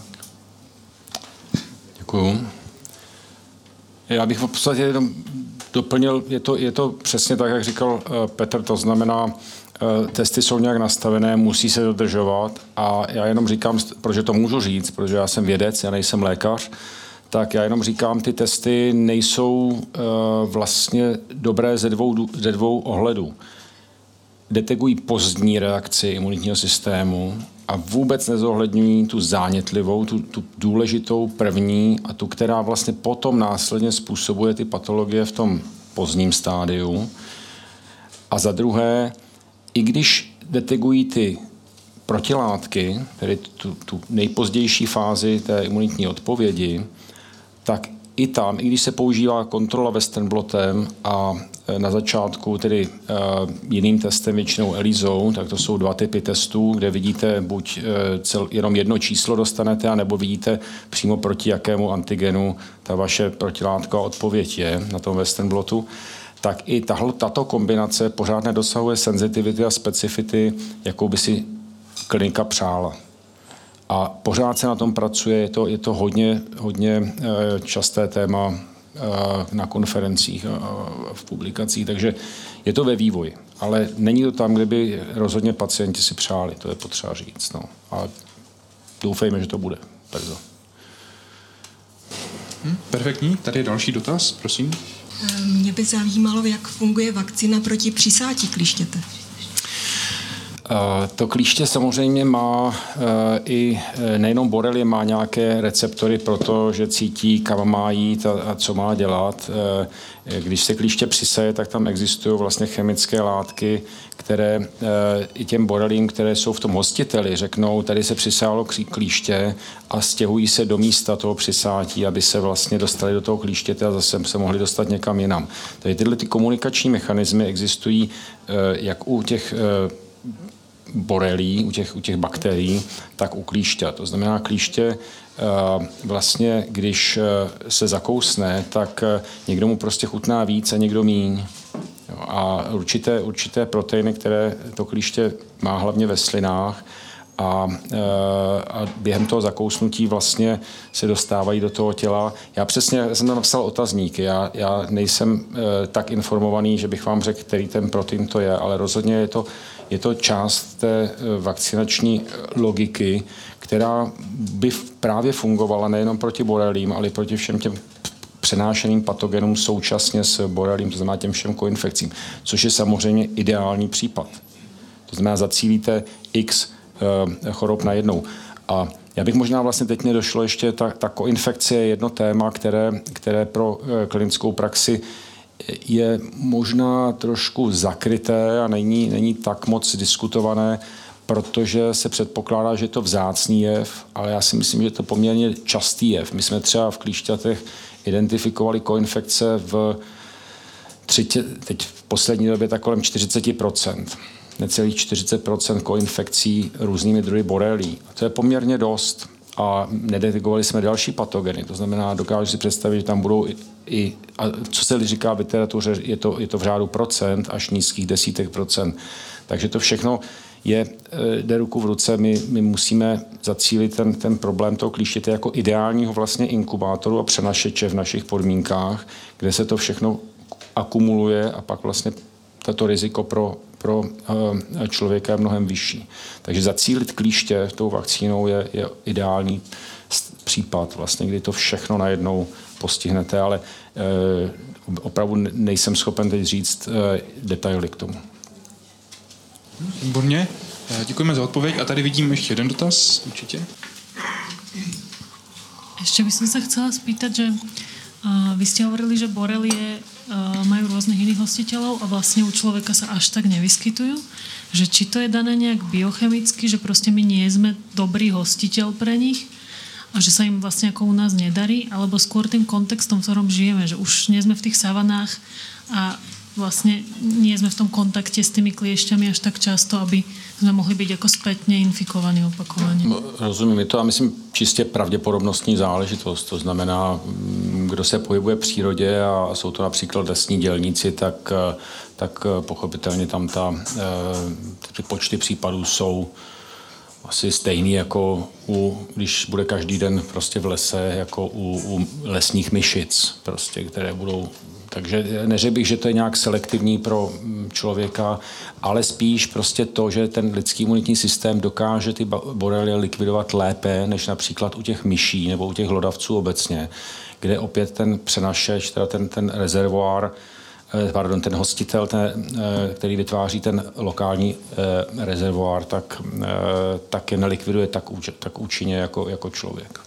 Děkuju. Já bych v podstatě jenom doplnil, je to, je to přesně tak, jak říkal uh, Petr, to znamená, uh, testy jsou nějak nastavené, musí se dodržovat a já jenom říkám, protože to můžu říct, protože já jsem vědec, já nejsem lékař, tak já jenom říkám, ty testy nejsou uh, vlastně dobré ze dvou, ze dvou ohledů. Detegují pozdní reakci imunitního systému a vůbec nezohledňují tu zánětlivou, tu, tu důležitou první a tu, která vlastně potom následně způsobuje ty patologie v tom pozdním stádiu. A za druhé, i když detegují ty protilátky, tedy tu, tu nejpozdější fázi té imunitní odpovědi, tak i tam, i když se používá kontrola Western blotem a na začátku tedy uh, jiným testem, většinou ELISou, tak to jsou dva typy testů, kde vidíte buď uh, cel, jenom jedno číslo dostanete, anebo vidíte přímo proti jakému antigenu ta vaše protilátka odpověď je na tom Western blotu, tak i tahle, tato kombinace pořád nedosahuje senzitivity a specifity, jakou by si klinika přála. A pořád se na tom pracuje, je to, je to hodně, hodně časté téma na konferencích a v publikacích, takže je to ve vývoji. Ale není to tam, kde by rozhodně pacienti si přáli, to je potřeba říct. No. A doufejme, že to bude brzo. Hmm, perfektní, tady je další dotaz, prosím. Mě by zajímalo, jak funguje vakcína proti přisátí klíštěte. To klíště samozřejmě má i nejenom borelie, má nějaké receptory pro to, že cítí, kam má jít a co má dělat. Když se klíště přisaje, tak tam existují vlastně chemické látky, které i těm borelím, které jsou v tom hostiteli, řeknou, tady se přisálo klíště a stěhují se do místa toho přisátí, aby se vlastně dostali do toho klíštěte a zase se mohli dostat někam jinam. Tady tyhle ty komunikační mechanismy existují jak u těch borelí, u těch, u těch bakterií, tak u klíště. To znamená, klíště vlastně, když se zakousne, tak někdo mu prostě chutná víc a někdo míň. A určité, určité proteiny, které to klíště má hlavně ve slinách, a, a během toho zakousnutí vlastně se dostávají do toho těla. Já přesně já jsem tam napsal otazníky. Já, já nejsem e, tak informovaný, že bych vám řekl, který ten protein to je, ale rozhodně je to, je to část té vakcinační logiky, která by právě fungovala nejenom proti borelím, ale i proti všem těm přenášeným patogenům současně s borelím, to znamená těm všem koinfekcím, což je samozřejmě ideální případ. To znamená, zacílíte x chorob najednou. A já bych možná vlastně teď nedošlo ještě, ta, ta koinfekce je jedno téma, které, které pro klinickou praxi je možná trošku zakryté a není, není tak moc diskutované, protože se předpokládá, že je to vzácný jev, ale já si myslím, že je to poměrně častý jev. My jsme třeba v klíšťatech identifikovali koinfekce v třetí, teď v poslední době tak kolem čtyřicet procent. Necelých čtyřicet procent koinfekcí různými druhy borelí. A to je poměrně dost. A nedetekovali jsme další patogeny. To znamená, dokážu si představit, že tam budou i, i a co se říká v literatuře, je to, je to v řádu procent až nízkých desítek procent. Takže to všechno je, jde ruku v ruce. My, my musíme zacílit ten, ten problém toho klíštěte jako ideálního vlastně inkubátoru a přenašeče v našich podmínkách, kde se to všechno akumuluje a pak vlastně toto riziko pro, pro člověka je mnohem vyšší. Takže zacílit klíště tou vakcínou je, je ideální případ, vlastně, kdy to všechno najednou postihnete, ale eh, opravdu nejsem schopen teď říct eh, detaily k tomu. Výborně, děkujeme za odpověď a tady vidím ještě jeden dotaz, určitě. Ešte by som sa chcela spýtať, že uh, vy ste hovorili, že borelie uh, majú rôznych iných hostiteľov a vlastne u človeka sa až tak nevyskytujú. Že či to je dané nejak biochemicky, že proste my nie sme dobrý hostiteľ pre nich a že sa im vlastne ako u nás nedarí, alebo skôr tým kontextom, v ktorom žijeme, že už nie sme v tých savanách a vlastne nie sme v tom kontakte s tými kliešťami až tak často, aby sme mohli byť ako spätne infikovaní opakovane. Rozumím, je to, a myslím, čistě pravděpodobnostní záležitost. To znamená, kdo se pohybuje v přírodě a jsou to například lesní dělníci, tak, tak pochopitelně tam ta, ty počty případů jsou asi stejný jako u, když bude každý den prostě v lese, jako u, u lesních myšic, prostě, které budou. Takže neřekl bych, že to je nějak selektivní pro člověka, ale spíš prostě to, že ten lidský imunitní systém dokáže ty borelie likvidovat lépe, než například u těch myší nebo u těch hlodavců obecně, kde opět ten přenašeč, teda ten, ten rezervoár, pardon, ten hostitel, ten, který vytváří ten lokální rezervoár, tak, tak je nelikviduje tak, tak účinně jako, jako člověk.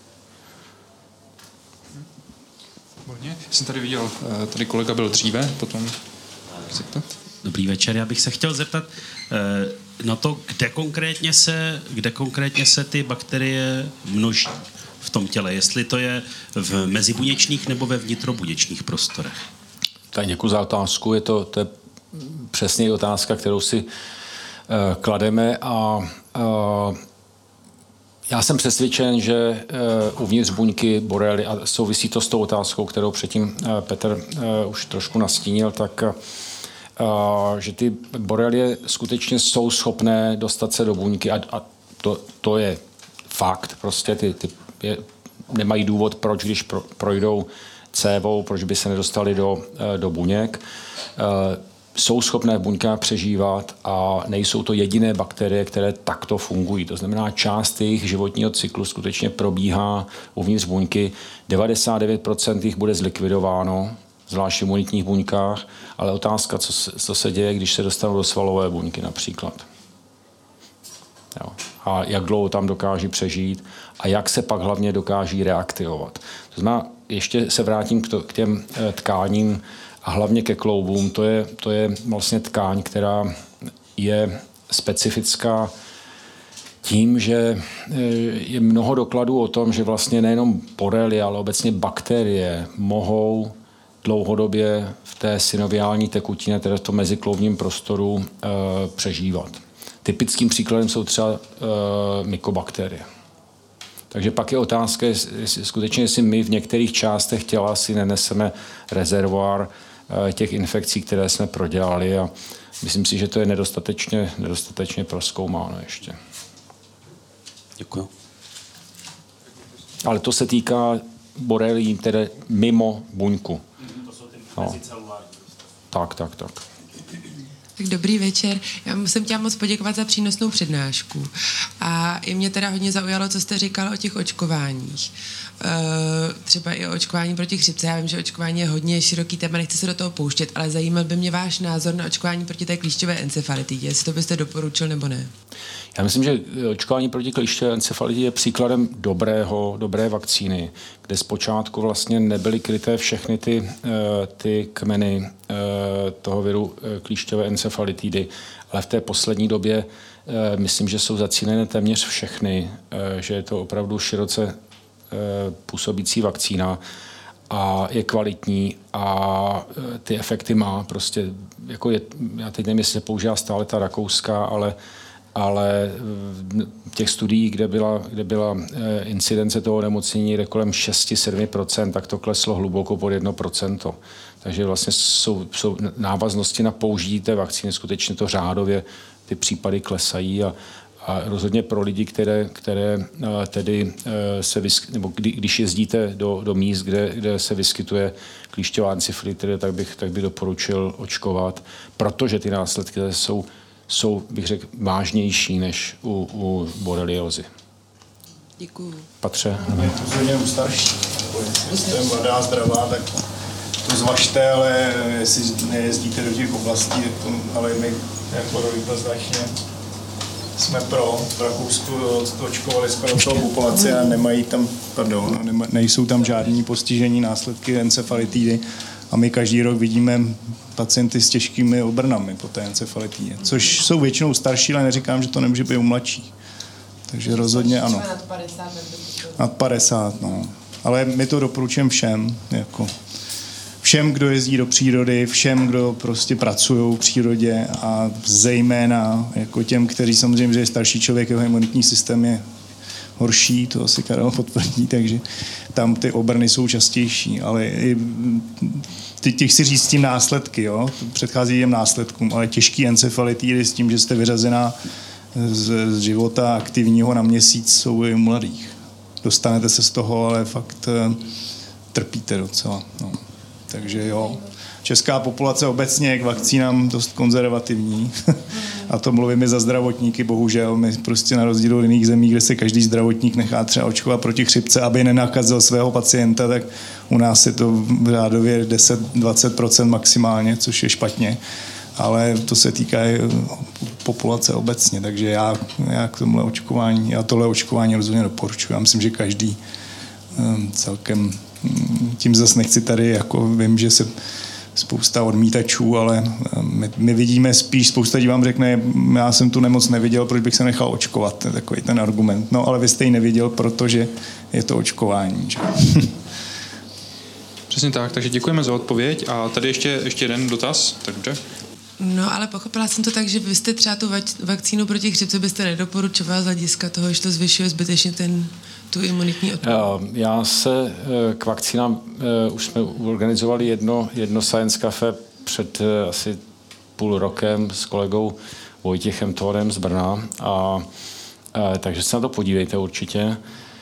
Jsem tady viděl, tady kolega byl dříve, potom zeptat. Dobrý večer, já bych se chtěl zeptat na to, kde konkrétně se, kde konkrétně se ty bakterie množí v tom těle, jestli to je v mezibuněčných nebo ve vnitrobuněčných prostorech. Tak děkuji za otázku, je to, to je přesně otázka, kterou si uh, klademe a uh, já jsem přesvědčen, že uh, uvnitř buňky borely, a souvisí to s tou otázkou, kterou předtím uh, Petr uh, už trošku nastínil, tak uh, že ty borelie skutečně jsou schopné dostat se do buňky a, a to, to je fakt. Prostě ty, ty je, nemají důvod, proč, když pro, projdou cévou, proč by se nedostali do, do buněk. Jsou schopné v buňkách přežívat a nejsou to jediné bakterie, které takto fungují. To znamená, část jejich životního cyklu skutečně probíhá uvnitř buňky. devadesát devět procent jich bude zlikvidováno, zvlášť v imunitních buňkách, ale otázka, co se, co se děje, když se dostanou do svalové buňky například. Jo. A jak dlouho tam dokáží přežít a jak se pak hlavně dokáží reaktivovat. To znamená, ještě se vrátím k, to, k těm tkáním a hlavně ke kloubům. To je, to je vlastně tkáň, která je specifická tím, že je mnoho dokladů o tom, že vlastně nejenom borely, ale obecně bakterie mohou dlouhodobě v té synoviální tekutině, tedy v tom mezikloubním prostoru, e, přežívat. Typickým příkladem jsou třeba e, mykobakterie. Takže pak je otázka, jestli, skutečně, jestli my v některých částech těla si neneseme rezervoár e, těch infekcí, které jsme prodělali a myslím si, že to je nedostatečně, nedostatečně prozkoumáno ještě. Děkuji. Ale to se týká borelí, tedy mimo buňku. To jsou ty no. mezicelulární. Tak, tak, tak. Tak dobrý večer. Já jsem chtěla moc poděkovat za přínosnou přednášku. A i mě teda hodně zaujalo, co jste říkal o těch očkováních. Uh, třeba i o očkování proti chřipce. Já vím, že očkování je hodně široký téma, nechci se do toho pouštět, ale zajímal by mě váš názor na očkování proti té klíšťové encefalitidě, jestli to byste doporučil nebo ne. Já myslím, že očkování proti klíšťové encefalitidě je příkladem dobrého, dobré vakcíny, kde zpočátku vlastně nebyly kryté všechny ty, ty kmeny toho viru klíšťové encefalitidy, ale v té poslední době myslím, že jsou zacílené téměř všechny, že je to opravdu široce působící vakcína a je kvalitní a ty efekty má. Prostě jako je, já teď nevím, jestli se používá stále ta rakouská, ale ale v těch studiích, kde byla, kde byla incidence toho onemocnění jde kolem šest až sedm procent, tak to kleslo hluboko pod jedno procento. Takže vlastně jsou, jsou návaznosti na použití té vakcíny, skutečně to řádově ty případy klesají a, a rozhodně pro lidi, které, které tedy se vysky, nebo kdy, když jezdíte do, do míst, kde, kde se vyskytuje klíšťová encefalitida, tak bych, tak bych doporučil očkovat, protože ty následky jsou jsou, bych řekl, vážnější než u, u boreliózy. Děkuju. Patře? Je to zřejmě u starší. Jestli je mladá, zdravá, tak to zvažte, ale jestli nejezdíte do těch oblastí, to, ale my jako jednoznačně jsme pro. V Rakousku očkovali skoro celou populaci a nemají tam, pardon, nema, nejsou tam žádní postižení následky encefalitidy. A my každý rok vidíme pacienty s těžkými obrnami po té encefalitidě, což jsou většinou starší, ale neříkám, že to nemůže být u mladších. Takže rozhodně ano. Nad padesát. Nad padesát, no. Ale my to doporučujeme všem, jako všem, kdo jezdí do přírody, všem, kdo prostě pracují v přírodě a zejména jako těm, kteří samozřejmě, že je starší člověk, jeho imunitní systém je horší, to asi Karel potvrdí, takže tam ty obrny jsou častější, ale i těch si říct s tím následky, jo? Předchází těm následkům, ale těžký encefalitidy s tím, že jste vyřazená z, z života aktivního na měsíc, jsou i u mladých. Dostanete se z toho, ale fakt trpíte docela. No. Takže jo, česká populace obecně je k vakcínám dost konzervativní. A to mluvím i za zdravotníky, bohužel. My prostě na rozdíl od jiných zemí, kde se každý zdravotník nechá třeba očkovat proti chřipce, aby nenakazil svého pacienta, tak u nás je to v řádově deset až dvacet procent maximálně, což je špatně. Ale to se týká i populace obecně, takže já, já k tomuhle očkování, já tohle očkování rozhodně doporučuji. Já myslím, že každý um, celkem, um, tím zase nechci tady, jako vím, že se spousta odmítačů, ale my, my vidíme spíš, spousta lidí vám řekne, já jsem tu nemoc neviděl, proč bych se nechal očkovat, to je takový ten argument. No ale vy jste ji neviděl, protože je to očkování. Že? Přesně tak, takže děkujeme za odpověď a tady ještě, ještě jeden dotaz, tak dobře. No, ale pochopila jsem to tak, že vy jste třeba tu vakcínu proti chřipce byste nedoporučoval z hlediska toho, že to zvyšuje zbytečně ten, tu imunitní odolnost. Já se k vakcínám, už jsme organizovali jedno, jedno Science Café před asi půl rokem s kolegou Vojtěchem Thorem z Brna a takže se na to podívejte určitě.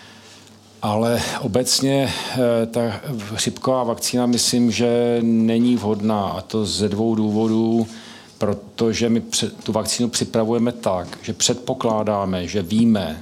Ale obecně ta chřipková vakcína myslím, že není vhodná, a to ze dvou důvodů, protože my tu vakcínu připravujeme tak, že předpokládáme, že víme,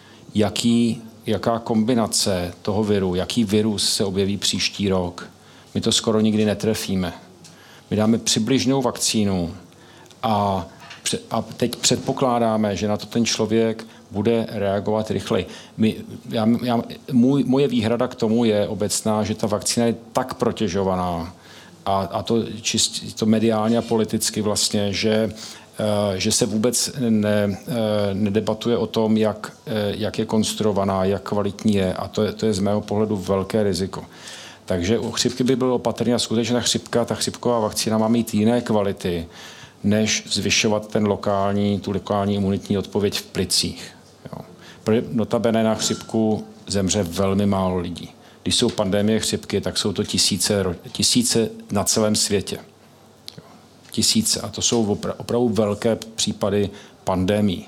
jaký, jaká kombinace toho viru, jaký virus se objeví příští rok. My to skoro nikdy netrefíme. My dáme přibližnou vakcínu a, a teď předpokládáme, že na to ten člověk bude reagovat rychleji. My, já, já, můj, moje výhrada k tomu je obecná, že ta vakcína je tak protěžovaná, a, a to čist, to mediálně a politicky vlastně, že, že se vůbec ne, nedebatuje o tom, jak, jak je konstruovaná, jak kvalitní je, a to je, to je z mého pohledu velké riziko. Takže u chřipky by bylo opatrně a skutečně ta chřipka, ta chřipková vakcína má mít jiné kvality, než zvyšovat ten lokální, tu lokální imunitní odpověď v plicích. Jo. Notabene na chřipku zemře velmi málo lidí. Když jsou pandemie chřipky, tak jsou to tisíce, tisíce na celém světě. Jo. Tisíce. A to jsou opra- opravdu velké případy pandemií.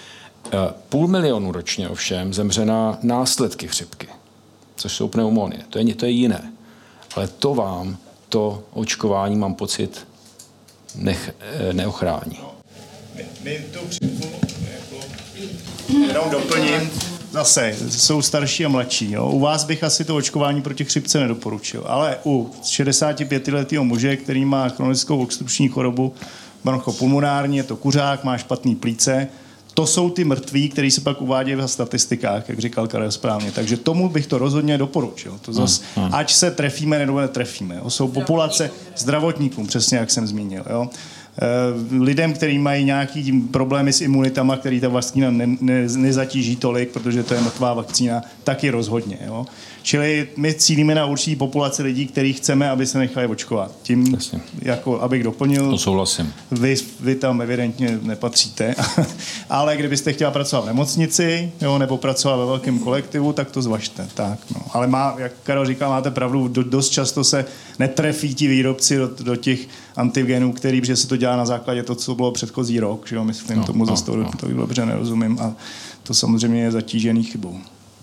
Půl milionu ročně ovšem zemře na následky chřipky, což jsou pneumonie. To je, to je jiné. Ale to vám, to očkování, mám pocit, nech, neochrání. No, my, my tu chřipku jako, jenom doplním. Zase, jsou starší a mladší. Jo. U vás bych asi to očkování proti chřipce nedoporučil, ale u šedesátipětiletého muže, který má chronickou obstrukční chorobu bronchopulmonární, je to kuřák, má špatný plíce, to jsou ty mrtví, který se pak uvádějí v statistikách, jak říkal Karel správně. Takže tomu bych to rozhodně doporučil. To zas, hmm, hmm. Ať se trefíme, nebo netrefíme. Jo. Jsou populace zdravotníkům, přesně jak jsem zmínil. Jo. Lidem, kteří mají nějaký problémy s imunitama, který ta vakcína ne, ne, nezatíží tolik, protože to je mrtvá vakcína, taky rozhodně. Jo. Čili my cílíme na určitý populaci lidí, který chceme, aby se nechali očkovat. Tím, Jasně. jako abych doplnil, to souhlasím. Vy, vy tam evidentně nepatříte, ale kdybyste chtěla pracovat v nemocnici, jo, nebo pracovat ve velkém kolektivu, tak to zvažte. Tak, no. Ale má, jak Karel říkal, máte pravdu, do, dost často se netrefí ti výrobci do, do těch antigenů, který, protože se to dělá na základě to, co bylo předchozí rok, že jo, myslím, no, tomu no, zase to, no. to dobře nerozumím a to samozřejmě je zatížený chybou.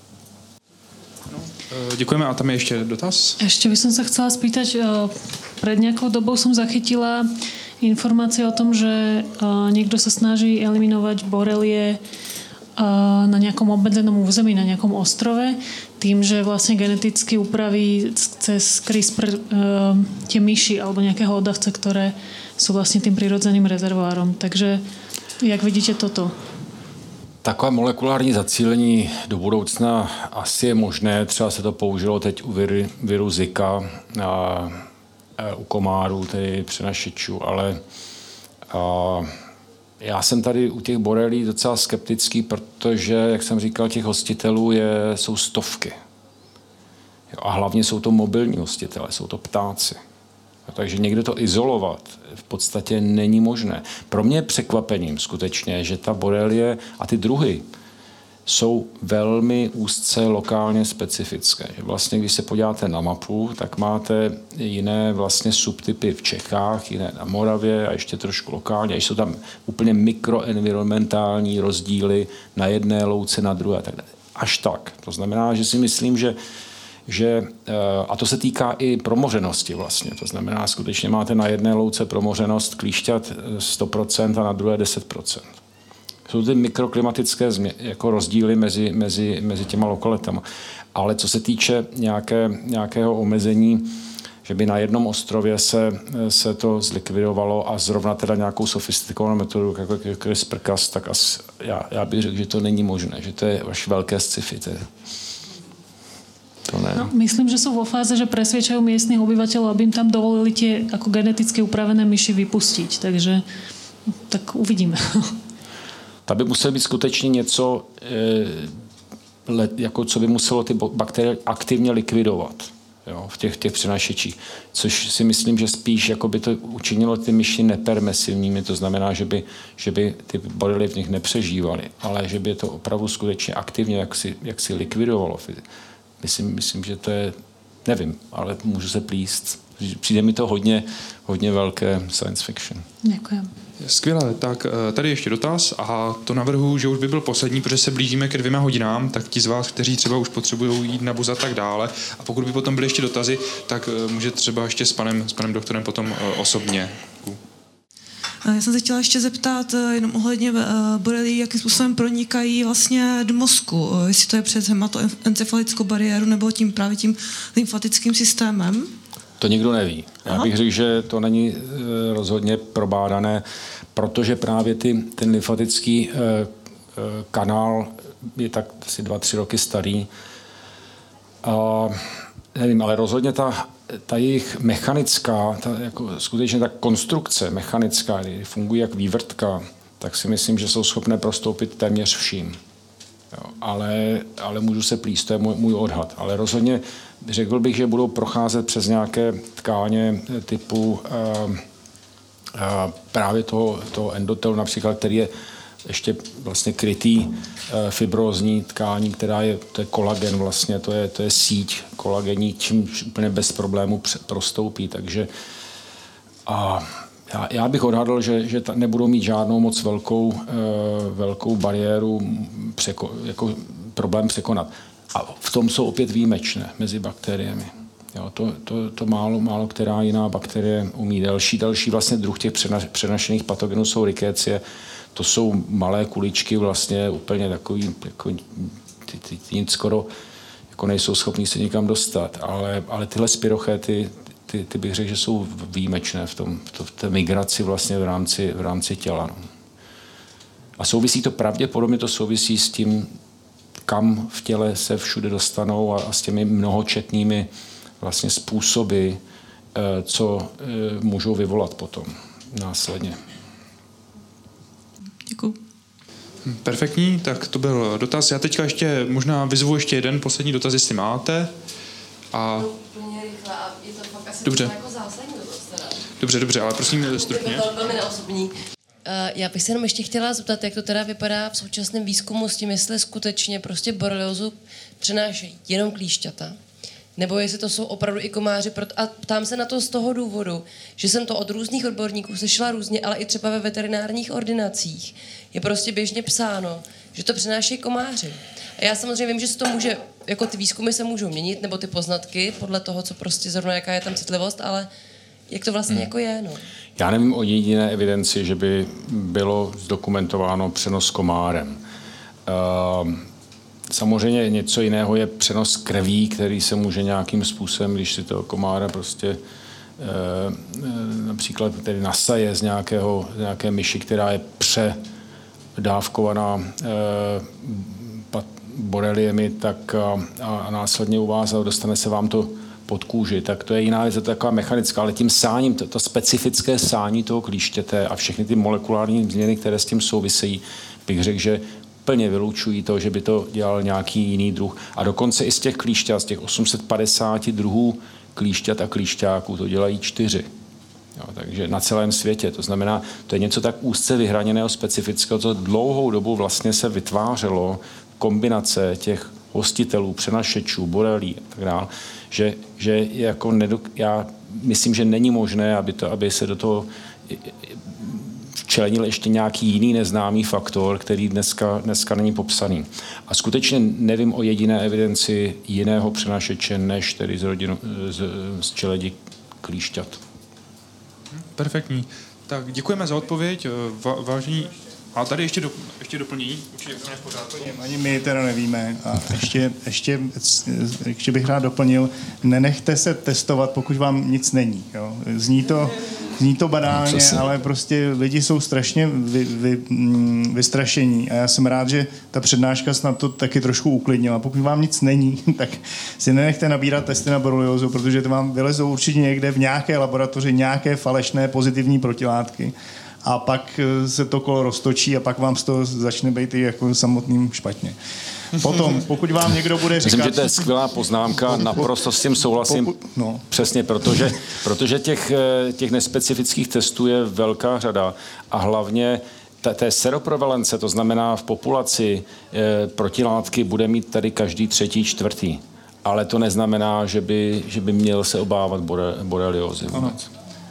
Děkujeme. A tam je ještě dotaz? Ešte by som sa chcela spýtať, pred nejakou dobou som zachytila informácie o tom, že niekto sa snaží eliminovať borelie na nejakom obmedzenom území, na nejakom ostrove, tým, že vlastne geneticky upraví cez CRISPR tie myši alebo nejakého odavce, ktoré sú vlastne tým prirodzeným rezervoárom. Takže jak vidíte toto? Takové molekulární zacílení do budoucna asi je možné. Třeba se to použilo teď u viru, viru Zika, a, a u komárů, tedy přenašečů, ale a, já jsem tady u těch borelí docela skeptický, protože, jak jsem říkal, těch hostitelů je, jsou stovky. Jo, a hlavně jsou to mobilní hostitele, jsou to ptáci. Jo, takže někde to izolovat v podstatě není možné. Pro mě je překvapením skutečně, že ta borelie a ty druhy jsou velmi úzce lokálně specifické. Že vlastně, když se podíváte na mapu, tak máte jiné vlastně subtypy v Čechách, jiné na Moravě a ještě trošku lokálně. Jsou tam úplně mikroenvironmentální rozdíly na jedné louce, na druhé. Tak až tak. To znamená, že si myslím, že že, a to se týká i promořenosti vlastně. To znamená, skutečně máte na jedné louce promořenost klíšťat sto procent a na druhé deset procent. Jsou ty mikroklimatické změ, jako rozdíly mezi, mezi, mezi těma lokalitama. Ale co se týče nějaké, nějakého omezení, že by na jednom ostrově se, se to zlikvidovalo a zrovna teda nějakou sofistikovanou metodu, jako CRISPR-Cas, tak asi, já, já bych řekl, že to není možné, že to je až velké sci-fi. No, myslím, že sú vo fáze, že presviečajú miestnych obyvateľov, aby im tam dovolili tie ako geneticky upravené myši vypustiť. Takže tak uvidíme. Tam by muselo být skutečně něco, jako co by muselo ty bakterie aktivně likvidovat, jo, v těch, těch přenášečích. Což si myslím, že spíš jako by to učinilo ty myši nepermisivními, to znamená, že by, že by ty borely v nich nepřežívaly, ale že by to opravdu skutečně aktivně jak si, jak si likvidovalo. Myslím, myslím, že to je, nevím, ale můžu se plíst. Přijde mi to hodně, hodně velké science fiction. Děkujem. Skvěle, tak tady ještě dotaz a to navrhuji, že už by byl poslední, protože se blížíme ke dvěma hodinám, tak ti z vás, kteří třeba už potřebují jít na bus a tak dále, a pokud by potom byly ještě dotazy, tak může třeba ještě s panem, s panem doktorem potom osobně. Já jsem se chtěla ještě zeptat jenom ohledně borelí, jakým způsobem pronikají vlastně do mozku, jestli to je přes hematoencefalickou bariéru nebo tím právě tím lymfatickým systémem. To nikdo neví. Já Aha. bych řekl, že to není e, rozhodně probádané, protože právě ty, ten lymfatický e, e, kanál je tak asi dva, tři roky starý. A nevím, ale rozhodně ta, ta jejich mechanická, ta, jako skutečně ta konstrukce mechanická, kdy fungují jak vývrtka, tak si myslím, že jsou schopné prostoupit téměř vším. Jo, ale, ale můžu se plíst, to je můj, můj odhad. Ale rozhodně řekl bych, že budou procházet přes nějaké tkáně typu uh, uh, právě toho, toho endotelu například, který je ještě vlastně krytý uh, fibrózní tkání, která je, to je kolagen vlastně, to je, to je síť kolagení, čím úplně bez problému prostoupí. Takže a já, já bych odhadl, že, že ta, nebudou mít žádnou moc velkou, uh, velkou bariéru, překo, jako problém překonat. A v tom jsou opět výjimečné mezi bakteriemi. Jo, to, to, to málo, málo která jiná bakterie umí. Další, další vlastně druh těch přenašených patogenů jsou rikécie. To jsou malé kuličky, vlastně úplně takový, jako, ty, ty, ty nic skoro jako nejsou schopní se nikam dostat. Ale, ale tyhle spirochéty, ty, ty bych řekl, že jsou výjimečné v, tom, v, to, v té migraci vlastně v rámci, v rámci těla. No. A souvisí to pravděpodobně, to souvisí s tím, kam v těle se všude dostanou a, a s těmi mnohočetnými vlastně způsoby, co můžou vyvolat potom následně. Děkuji. Perfektní, tak to byl dotaz. Já teďka ještě možná vyzvu ještě jeden poslední dotaz, jestli máte. A... Dobře. Jako zásadní dotaz, teda. Dobře, dobře, ale prosím stručně. To velmi neosobní. Já bych se jenom ještě chtěla zeptat, jak to teda vypadá v současném výzkumu s tím, jestli skutečně prostě boreliózu přenášejí jenom klíšťata, nebo jestli to jsou opravdu i komáři. A ptám se na to z toho důvodu, že jsem to od různých odborníků slyšela různě, ale i třeba ve veterinárních ordinacích je prostě běžně psáno, že to přenášejí komáři. A já samozřejmě vím, že se to může, jako ty výzkumy se můžou měnit, nebo ty poznatky, podle toho, co prostě zrovna, jaká je tam citlivost, ale jak to vlastně hmm. jako je, no. Já nevím o jediné evidenci, že by bylo zdokumentováno přenos komárem. Uh, samozřejmě něco jiného je přenos krví, který se může nějakým způsobem, když si toho komára prostě uh, například tedy nasaje z, nějakého, z nějaké myši, která je předávkovaná uh, boreliemi, tak a, a následně u vás a dostane se vám to pod kůži, tak to je jiná věc, to je taková mechanická, ale tím sáním, to, to specifické sání toho klíštěte a všechny ty molekulární změny, které s tím souvisejí, bych řekl, že plně vylučují to, že by to dělal nějaký jiný druh. A dokonce i z těch klíšťat, z těch osm set padesát druhů klíšťat a klíšťáků, to dělají čtyři. Jo, takže na celém světě. To znamená, to je něco tak úzce vyhraněného, specifického, co dlouhou dobu vlastně se vytvářelo kombinace těch hostitelů, přenašečů, borelí a tak dále, že, že jako nedok- já myslím, že není možné, aby, to, aby se do toho včlenil ještě nějaký jiný neznámý faktor, který dneska, dneska není popsaný. A skutečně nevím o jediné evidenci jiného přenašeče, než tedy z, rodinu, z, z čeledi klíšťat. Perfektní. Tak děkujeme za odpověď. Va, vážení... A tady ještě, do, ještě doplnění? Určitě v pořádku. Ani my teda nevíme. A ještě, ještě, ještě bych rád doplnil, nenechte se testovat, pokud vám nic není. Jo. Zní to, zní to banálně, no, ale prostě lidi jsou strašně vy, vy, vystrašení. A já jsem rád, že ta přednáška snad to taky trošku uklidnila. Pokud vám nic není, tak si nenechte nabírat testy na boreliózu, protože to vám vylezou určitě někde v nějaké laboratoři nějaké falešné pozitivní protilátky. A pak se to kolo roztočí a pak vám z toho začne být i jako samotným špatně. Potom, pokud vám někdo bude říkat... Myslím, že to je skvělá poznámka, naprosto s tím souhlasím. Pokud, no. Přesně, protože, protože těch, těch nespecifických testů je velká řada a hlavně té seroprevalence, to znamená v populaci e, protilátky bude mít tady každý třetí, čtvrtý. Ale to neznamená, že by, že by měl se obávat bore, boreliózy vůbec.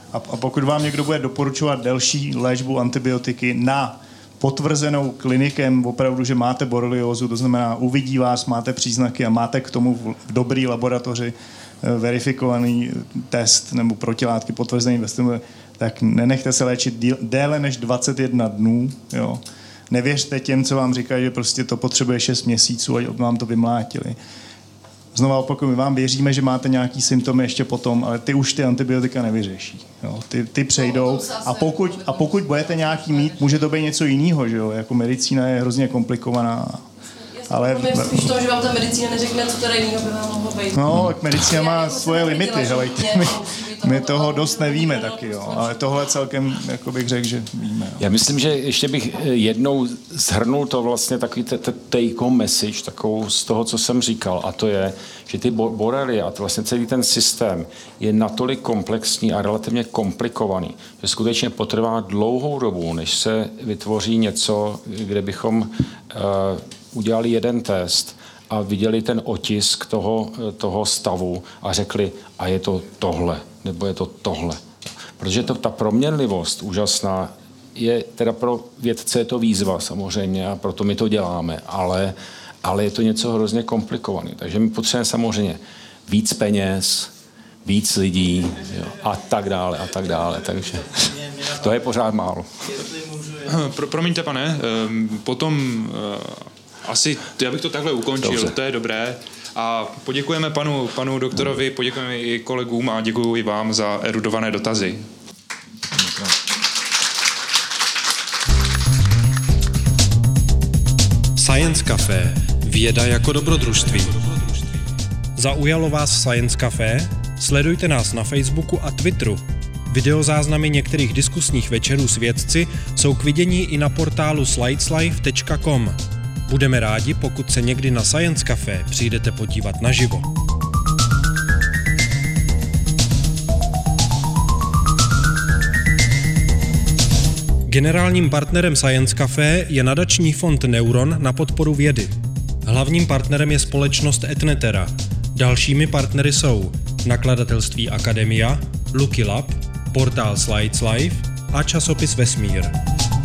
A, a pokud vám někdo bude doporučovat delší léčbu antibiotiky na potvrzenou klinikem opravdu, že máte boreliózu, to znamená uvidí vás, máte příznaky a máte k tomu v dobrý laboratoři verifikovaný test nebo protilátky potvrzený ve stům, tak nenechte se léčit déle než dvacet jedna dnů. Jo. Nevěřte těm, co vám říkají, že prostě to potřebuje šest měsíců, ať vám to vymlátili. Znova opakuju, my vám věříme, že máte nějaký symptomy ještě potom, ale ty už ty antibiotika nevyřeší. Jo. Ty, ty přejdou a pokud, a pokud budete nějaký mít, může to být něco jiného, že jo? Jako medicína je hrozně komplikovaná. Ale mě spíš to, že vám ta medicína neřekne, co teda jiného by vám mohlo být. No, tak medicína má svoje limity, helejte. My, my toho dost nevíme taky, jo. Ale tohle celkem, jako bych řekl, že víme. Jo. Já myslím, že ještě bych jednou shrnul to vlastně takový take home message, takovou z toho, co jsem říkal, a to je, že ty borelie a to vlastně celý ten systém je natolik komplexní a relativně komplikovaný, že skutečně potrvá dlouhou dobu, než se vytvoří něco, kde bychom uh, udělali jeden test a viděli ten otisk toho, toho stavu a řekli, a je to tohle, nebo je to tohle. Protože to, ta proměnlivost úžasná je, teda pro vědce je to výzva samozřejmě a proto my to děláme, ale, ale je to něco hrozně komplikované. Takže my potřebujeme samozřejmě víc peněz, víc lidí, jo, a tak dále, a tak dále. Takže to je pořád málo. Pro, promiňte, pane, potom asi já bych to takhle ukončil, dobře. To je dobré. A poděkujeme panu, panu doktorovi, poděkujeme i kolegům a děkuji i vám za erudované dotazy. Science Café. Věda jako dobrodružství. Zaujalo vás Science Café? Sledujte nás na Facebooku a Twitteru. Videozáznamy některých diskusních večerů s vědci jsou k vidění i na portálu slideslife tečka com. Budeme rádi, pokud se někdy na Science Café přijdete podívat naživo. Generálním partnerem Science Café je nadační fond Neuron na podporu vědy. Hlavním partnerem je společnost Etnetera. Dalšími partnery jsou nakladatelství Akademia, Lucky Lab, portál Slides Life a časopis Vesmír.